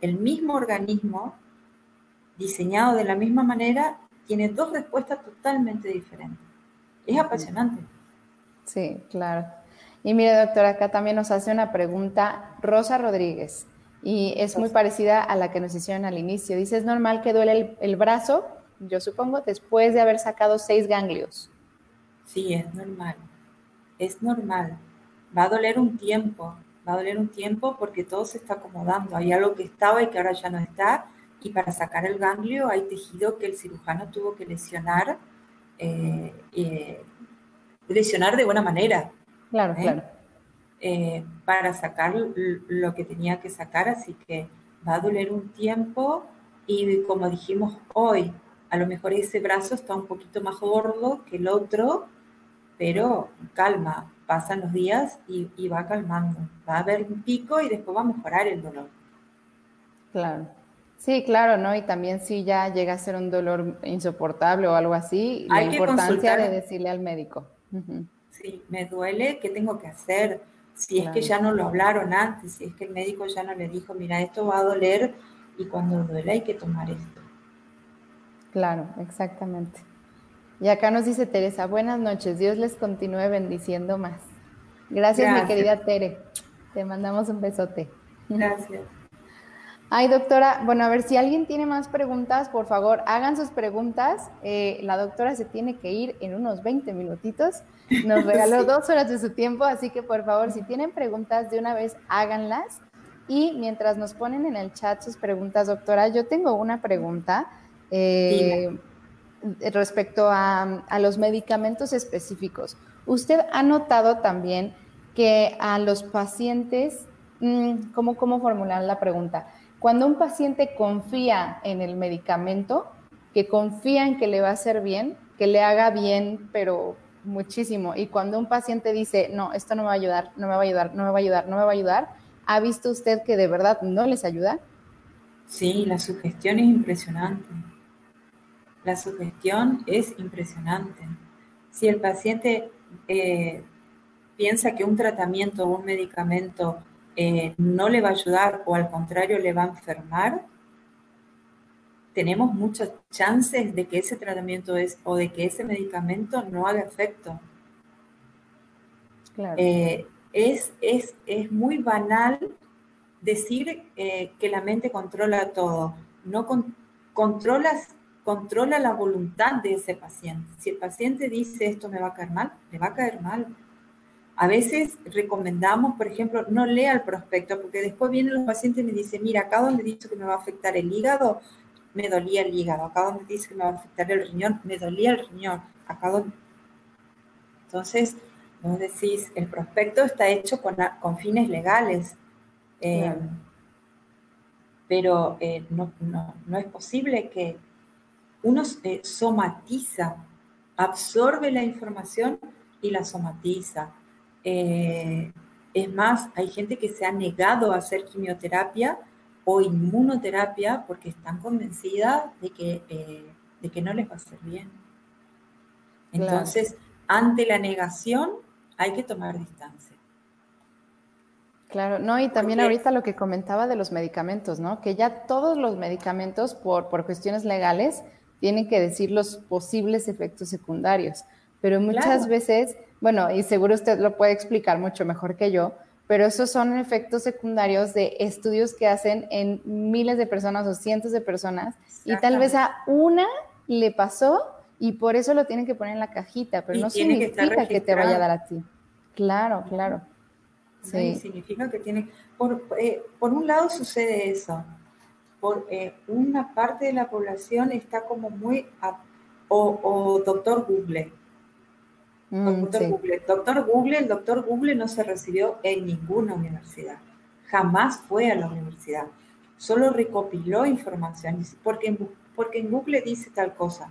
el mismo organismo, diseñado de la misma manera, tiene dos respuestas totalmente diferentes. Es apasionante. Sí, claro. Y mire, doctora, acá también nos hace una pregunta Rosa Rodríguez, y es muy parecida a la que nos hicieron al inicio. Dice, ¿es normal que duele el brazo, yo supongo, después de haber sacado 6 ganglios? Sí, es normal. Es normal. Va a doler un tiempo. Va a doler un tiempo porque todo se está acomodando. Hay algo que estaba y que ahora ya no está. Y para sacar el ganglio hay tejido que el cirujano tuvo que lesionar, lesionar de buena manera. Claro, claro. Para sacar lo que tenía que sacar, así que va a doler un tiempo y como dijimos hoy, a lo mejor ese brazo está un poquito más gordo que el otro, pero calma, pasan los días y va calmando, va a haber un pico y después va a mejorar el dolor. Claro. Sí, claro, ¿no? Y también si ya llega a ser un dolor insoportable o algo así, la Hay que importancia de consultar, decirle al médico. Ujú. si me duele, ¿qué tengo que hacer? Si es que Claro, ya no lo hablaron antes, si es que el médico ya no le dijo, mira, esto va a doler y cuando duele hay que tomar esto. claro, exactamente. Y acá nos dice Teresa, buenas noches, Dios les continúe bendiciendo más. Gracias, mi Gracias, querida Tere. Te mandamos un besote. gracias. Ay, doctora, bueno, a ver, si alguien tiene más preguntas, por favor, hagan sus preguntas. La doctora se tiene que ir en unos 20 minutitos. Nos regaló Sí. 2 horas de su tiempo, así que por favor, si tienen preguntas de una vez, háganlas. Y mientras nos ponen en el chat sus preguntas, doctora, yo tengo una pregunta Dime. respecto a los medicamentos específicos. ¿Usted ha notado también que a los pacientes, cómo formular la pregunta? Cuando un paciente confía en el medicamento, que confía en que le va a hacer bien, que le haga bien, pero muchísimo. Y cuando un paciente dice, no, esto no me va a ayudar, no me va a ayudar, no me va a ayudar, no me va a ayudar, ¿ha visto usted que de verdad no les ayuda? Sí, la sugestión es impresionante. La sugestión es impresionante. Si el paciente piensa que un tratamiento o un medicamento no le va a ayudar o al contrario le va a enfermar, tenemos muchas chances de que ese tratamiento o de que ese medicamento no haga efecto. Claro. Es muy banal decir que la mente controla todo. No controla la voluntad de ese paciente. Si el paciente dice esto me va a caer mal, le va a caer mal. A veces recomendamos, por ejemplo, no lea el prospecto, porque después vienen los pacientes y me dicen, mira, acá donde dice que me va a afectar el hígado, me dolía el hígado. Acá donde dice que me va a afectar el riñón, me dolía el riñón. Acá donde... Entonces, vos decís, el prospecto está hecho con fines legales, Claro. pero no es posible que uno somatiza, absorbe la información y la somatiza. Es más, hay gente que se ha negado a hacer quimioterapia o inmunoterapia porque están convencidas de que no les va a hacer bien. Claro. Entonces, ante la negación hay que tomar distancia. Claro, no, y también Porque, ahorita lo que comentaba de los medicamentos, ¿no? Que ya todos los medicamentos, por cuestiones legales, tienen que decir los posibles efectos secundarios. Pero muchas claro, veces, bueno, y seguro usted lo puede explicar mucho mejor que yo, pero esos son efectos secundarios de estudios que hacen en miles de personas o cientos de personas, y tal vez exactamente. a una le pasó y por eso lo tienen que poner en la cajita, pero Y no tiene que estar significa que te vaya a registrado. dar a ti. Claro, claro. ¿No? Y Sí. significa que tiene, por un lado sucede eso, por una parte de la población está como muy, o doctor Google, Sí, el doctor Google no se recibió en ninguna universidad, jamás fue a la universidad, solo recopiló información, porque en Google dice tal cosa,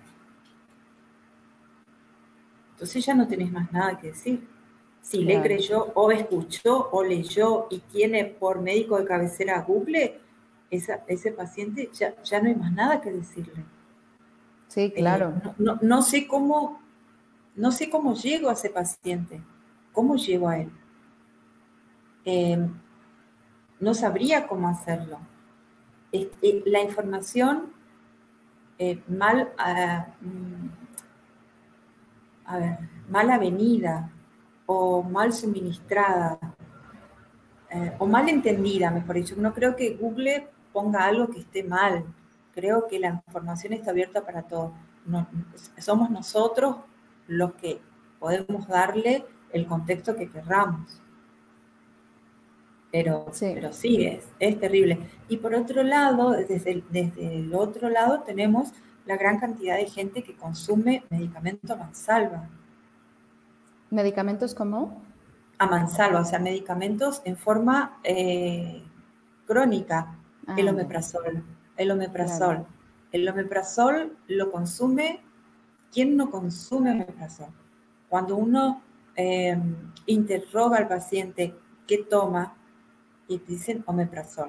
entonces ya no tenés más nada que decir. Si le claro. creyó o escuchó o leyó y tiene por médico de cabecera a Google, ese paciente ya no hay más nada que decirle. Sí, claro. No sé cómo llego a ese paciente, cómo llego a él. Eh, no sabría cómo hacerlo. la información mal, mal avenida o mal suministrada o mal entendida, mejor dicho. No creo que Google ponga algo que esté mal. Creo que la información está abierta para todos. No, somos nosotros los que podemos darle el contexto que querramos. Pero sí, es terrible. Y por otro lado, desde el otro lado tenemos la gran cantidad de gente que consume medicamentos a mansalva. ¿Medicamentos cómo? A mansalva, o sea, medicamentos en forma crónica. El omeprazol. Claro. El omeprazol lo consume. ¿Quién no consume omeprazol? Cuando uno interroga al paciente qué toma, y te dicen omeprazol.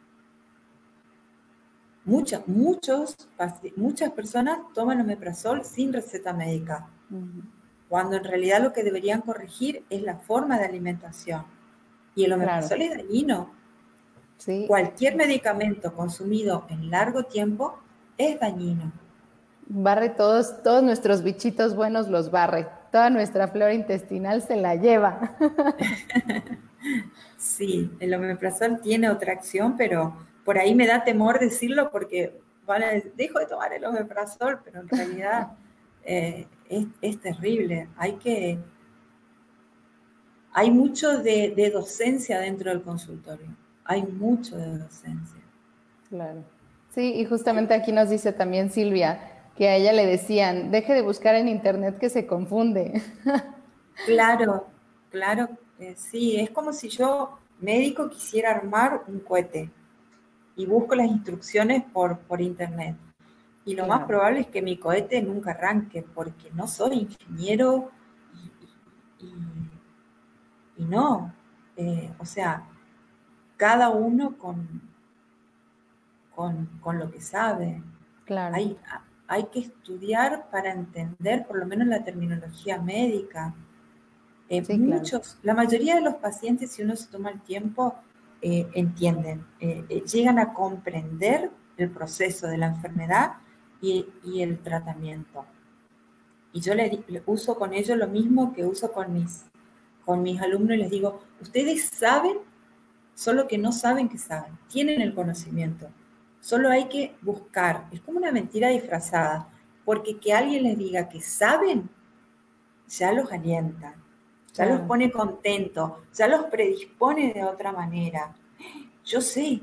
Muchas personas toman omeprazol sin receta médica, cuando en realidad lo que deberían corregir es la forma de alimentación. Y el omeprazol es dañino. Sí. Cualquier medicamento consumido en largo tiempo es dañino. Barre todos nuestros bichitos buenos, los barre. Toda nuestra flora intestinal se la lleva. Sí, el omeprazol tiene otra acción, pero por ahí me da temor decirlo porque dejo de tomar el omeprazol, pero en realidad es terrible. Hay mucho de docencia dentro del consultorio. Hay mucho de docencia. Claro. Sí, y justamente aquí nos dice también Silvia que a ella le decían, deje de buscar en internet que se confunde. Claro, sí, es como si yo, médico, quisiera armar un cohete y busco las instrucciones por internet. Y lo más probable es que mi cohete nunca arranque, porque no soy ingeniero y no. O sea, cada uno con lo que sabe. Claro. Hay que estudiar para entender por lo menos la terminología médica. Sí, claro. La mayoría de los pacientes, si uno se toma el tiempo, entienden, llegan a comprender el proceso de la enfermedad y el tratamiento. Y yo le uso con ellos lo mismo que uso con mis alumnos y les digo, ustedes saben, solo que no saben que saben, tienen el conocimiento, solo hay que buscar. Es como una mentira disfrazada, porque que alguien les diga que saben, ya los alienta. Ya los pone contentos, ya los predispone de otra manera. Yo sé.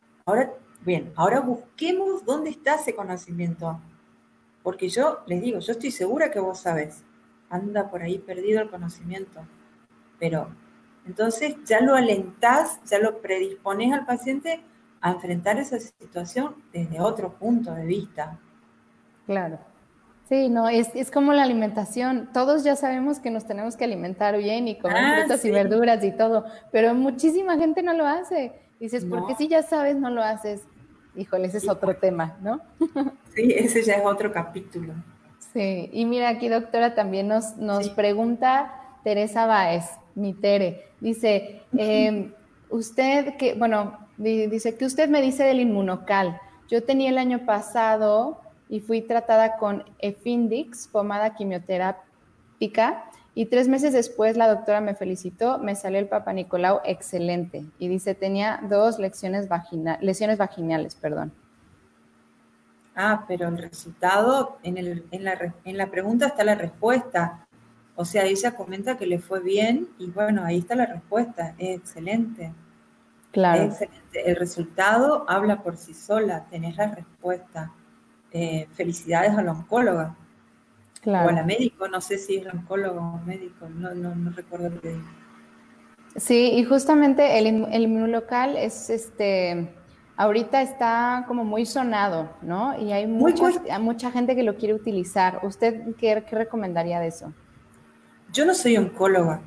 Ahora busquemos dónde está ese conocimiento. Porque yo les digo, yo estoy segura que vos sabés. Anda por ahí perdido el conocimiento. Pero entonces ya lo alentás, ya lo predisponés al paciente a enfrentar esa situación desde otro punto de vista. Claro. Sí, no, es como la alimentación. Todos ya sabemos que nos tenemos que alimentar bien y comer frutas y verduras y todo, pero muchísima gente no lo hace. Dices, ¿por qué si ya sabes no lo haces? Híjole, ese es otro tema, ¿no? Sí, ese ya es otro capítulo. Sí, y mira aquí, doctora, también nos pregunta Teresa Báez, mi Tere. Dice, dice que usted me dice del Inmunocal. Yo tenía el año pasado y fui tratada con Efindix, pomada quimioterápica, y 3 meses después la doctora me felicitó, me salió el Papa Nicolau excelente, y dice, tenía 2 lesiones vaginales, perdón. Ah, pero el resultado, en la pregunta está la respuesta. O sea, ella comenta que le fue bien y bueno, ahí está la respuesta, es excelente. Claro. Es excelente. El resultado habla por sí sola, tenés la respuesta. Felicidades a la oncóloga. Claro. O a la médico, no sé si es la oncóloga o médico, no recuerdo lo que dijo. Sí, y justamente el inmunocal es ahorita está como muy sonado, ¿no? Y hay mucha gente que lo quiere utilizar. ¿Usted qué recomendaría de eso? Yo no soy oncóloga,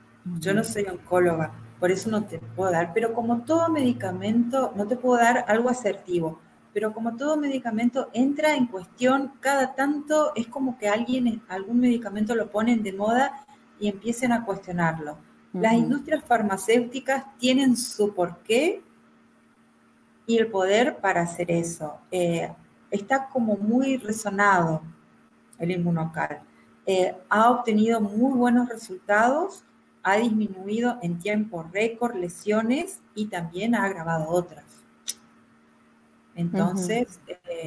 por eso no te puedo dar, pero como todo medicamento, no te puedo dar algo asertivo, pero como todo medicamento entra en cuestión cada tanto, es como que algún medicamento lo ponen de moda y empiecen a cuestionarlo. Las industrias farmacéuticas tienen su porqué y el poder para hacer eso. Está como muy resonado el inmunocal. Ha obtenido muy buenos resultados, ha disminuido en tiempo récord lesiones y también ha agravado otras. Entonces,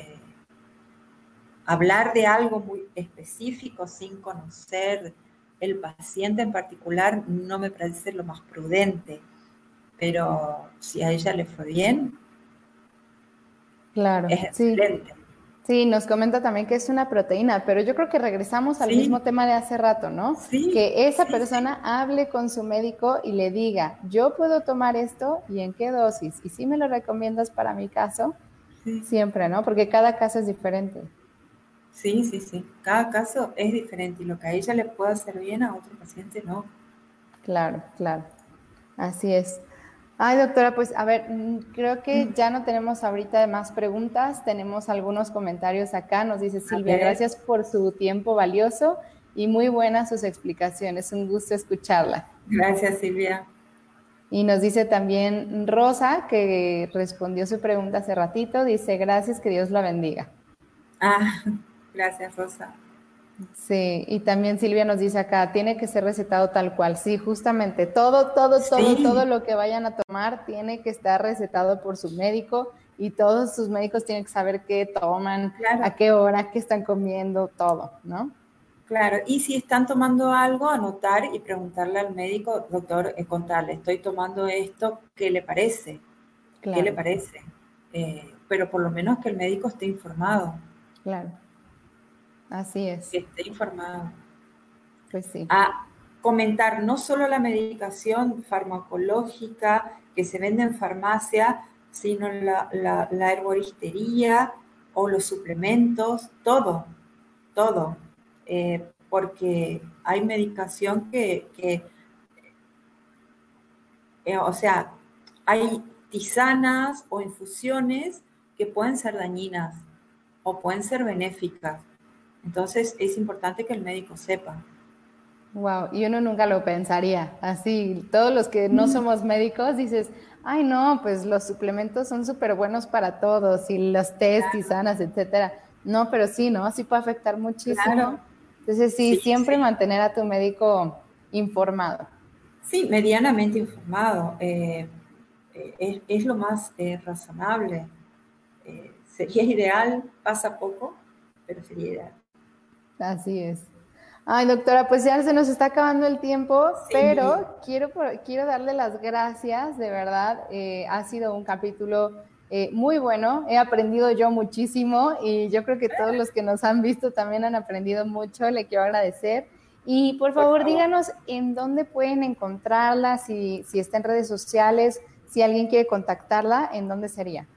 hablar de algo muy específico sin conocer el paciente en particular no me parece lo más prudente, pero si a ella le fue bien, Claro, es sí. excelente. Sí, nos comenta también que es una proteína, pero yo creo que regresamos al Sí, mismo tema de hace rato, ¿no? sí, Que esa sí, sí. persona hable con su médico y le diga, yo puedo tomar esto y en qué dosis. Y si me lo recomiendas para mi caso, Sí, siempre, ¿no? Porque cada caso es diferente. sí, sí, sí. Cada caso es diferente y lo que a ella le puede hacer bien, a otro paciente no. Claro, claro. Así es. Ay, doctora, pues a ver, creo que ya no tenemos ahorita más preguntas, tenemos algunos comentarios acá, nos dice A Silvia, ver, gracias por su tiempo valioso y muy buenas sus explicaciones, un gusto escucharla. gracias Silvia. Y nos dice también Rosa, que respondió su pregunta hace ratito, dice, gracias, que Dios la bendiga. Ah, gracias Rosa. Sí, y también Silvia nos dice acá, tiene que ser recetado tal cual. Sí, justamente, todo Sí, lo que vayan a tomar tiene que estar recetado por su médico y todos sus médicos tienen que saber qué toman, claro, a qué hora, qué están comiendo, todo, ¿no? claro. Y si están tomando algo, anotar y preguntarle al médico, doctor, contarle, estoy tomando esto, ¿qué le parece? ¿Qué le Claro, parece? Pero por lo menos que el médico esté informado, claro, así que es, esté informado. pues sí. A comentar no solo la medicación farmacológica que se vende en farmacia, sino la herboristería o los suplementos, todo, todo. Porque hay medicación o sea, hay tisanas o infusiones que pueden ser dañinas o pueden ser benéficas. Entonces es importante que el médico sepa. Wow, y uno nunca lo pensaría. Así, todos los que no somos médicos dices, ay no, pues los suplementos son súper buenos para todos y los test y sanas, etcétera. No, pero sí, ¿no? Sí puede afectar Claro, muchísimo. Entonces sí, sí, siempre sí. mantener a tu médico informado. Sí, medianamente informado. Es lo más razonable. Sería ideal, pasa poco, pero sería ideal. Así es. Ay, doctora, pues ya se nos está acabando el tiempo, Sí, pero quiero darle las gracias, de verdad. Ha sido un capítulo muy bueno. He aprendido yo muchísimo y yo creo que todos los que nos han visto también han aprendido mucho. Le quiero agradecer. Y por por favor, favor. díganos en dónde pueden encontrarla, si está en redes sociales, si alguien quiere contactarla, ¿en dónde sería?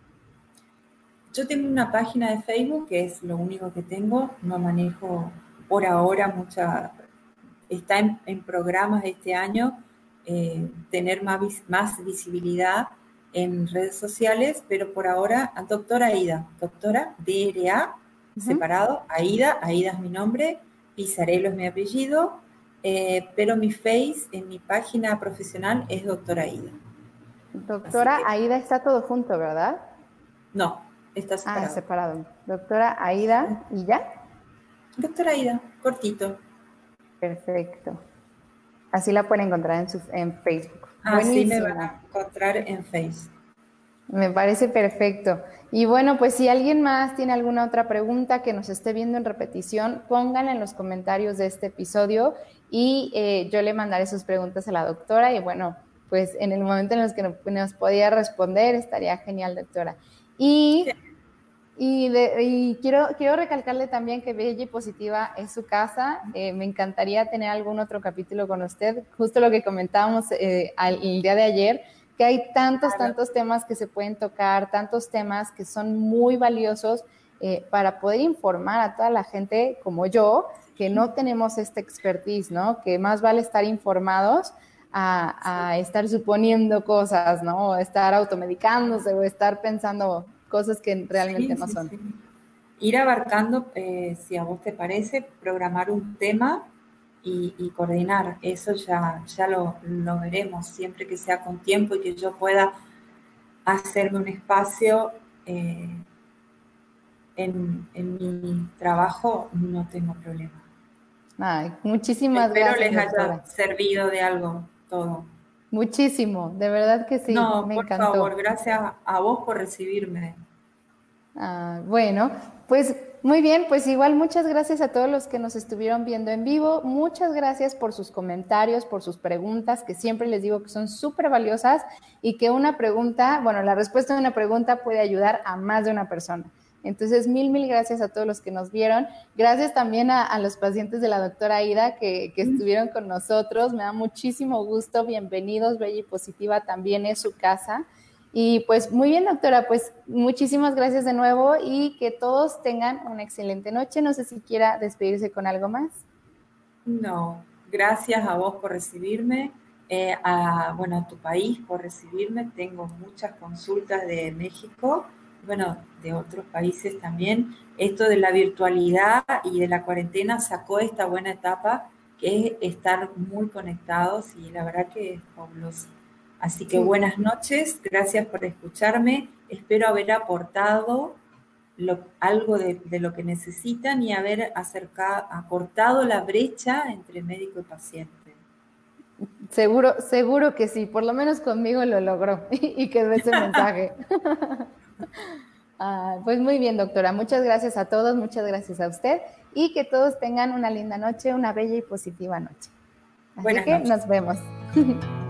Yo tengo una página de Facebook, que es lo único que tengo. No manejo por ahora mucha. Está en programas de este año tener más visibilidad en redes sociales, pero por ahora, doctora Aida, doctora DRA, Ujú. separado, Aida, Aida es mi nombre, Pizarello es mi apellido, pero mi face en mi página profesional es doctora Aida. Así Doctora que, Aida, está todo junto, ¿verdad? no, está Ah, separado. separado. Doctora Aida, ¿y ya? Doctora Aida, cortito. Perfecto. Así la pueden encontrar en Facebook. Así me van Buenísimo. a encontrar en Face. Me parece perfecto. Y bueno, pues si alguien más tiene alguna otra pregunta que nos esté viendo en repetición, pónganla en los comentarios de este episodio y yo le mandaré sus preguntas a la doctora y bueno, pues en el momento en el que nos podía responder estaría genial, doctora. Y quiero recalcarle también que Bella y Positiva es su casa. Me encantaría tener algún otro capítulo con usted. Justo lo que comentábamos el día de ayer, que hay Claro. tantos temas que se pueden tocar, tantos temas que son muy valiosos para poder informar a toda la gente como yo, que Sí, no tenemos esta expertise, ¿no? Que más vale estar informados sí. a estar suponiendo cosas, ¿no? O estar automedicándose o estar pensando cosas que realmente Sí, no sí, son. sí. Ir abarcando, si a vos te parece, programar un tema y coordinar. Eso ya lo veremos siempre que sea con tiempo y que yo pueda hacerme un espacio en mi trabajo, no tengo problema. Ay, muchísimas Espero gracias, les haya doctora. servido de algo todo. Muchísimo, de verdad que sí, No, me por favor, encantó. gracias a vos por recibirme. Ah, bueno, pues muy bien, pues igual muchas gracias a todos los que nos estuvieron viendo en vivo. Muchas gracias por sus comentarios, por sus preguntas, que siempre les digo que son súper valiosas y que una pregunta, bueno, la respuesta de una pregunta puede ayudar a más de una persona. Entonces, mil gracias a todos los que nos vieron. Gracias también a los pacientes de la doctora Aida que estuvieron con nosotros. Me da muchísimo gusto. Bienvenidos, Bella y Positiva también es su casa. Y pues muy bien, doctora, pues muchísimas gracias de nuevo y que todos tengan una excelente noche. No sé si quiera despedirse con algo más. No, gracias a vos por recibirme, bueno, a tu país por recibirme. Tengo muchas consultas de México, bueno, de otros países también. Esto de la virtualidad y de la cuarentena sacó esta buena etapa que es estar muy conectados y la verdad que es fabuloso. Así que Sí, buenas noches, gracias por escucharme. Espero haber aportado algo de lo que necesitan y haber acortado la brecha entre médico y paciente. seguro que sí, por lo menos conmigo lo logró y quedó ese mensaje. Pues muy bien, doctora, muchas gracias a todos, muchas gracias a usted y que todos tengan una linda noche, una bella y positiva noche. Así Buenas que noches. nos vemos.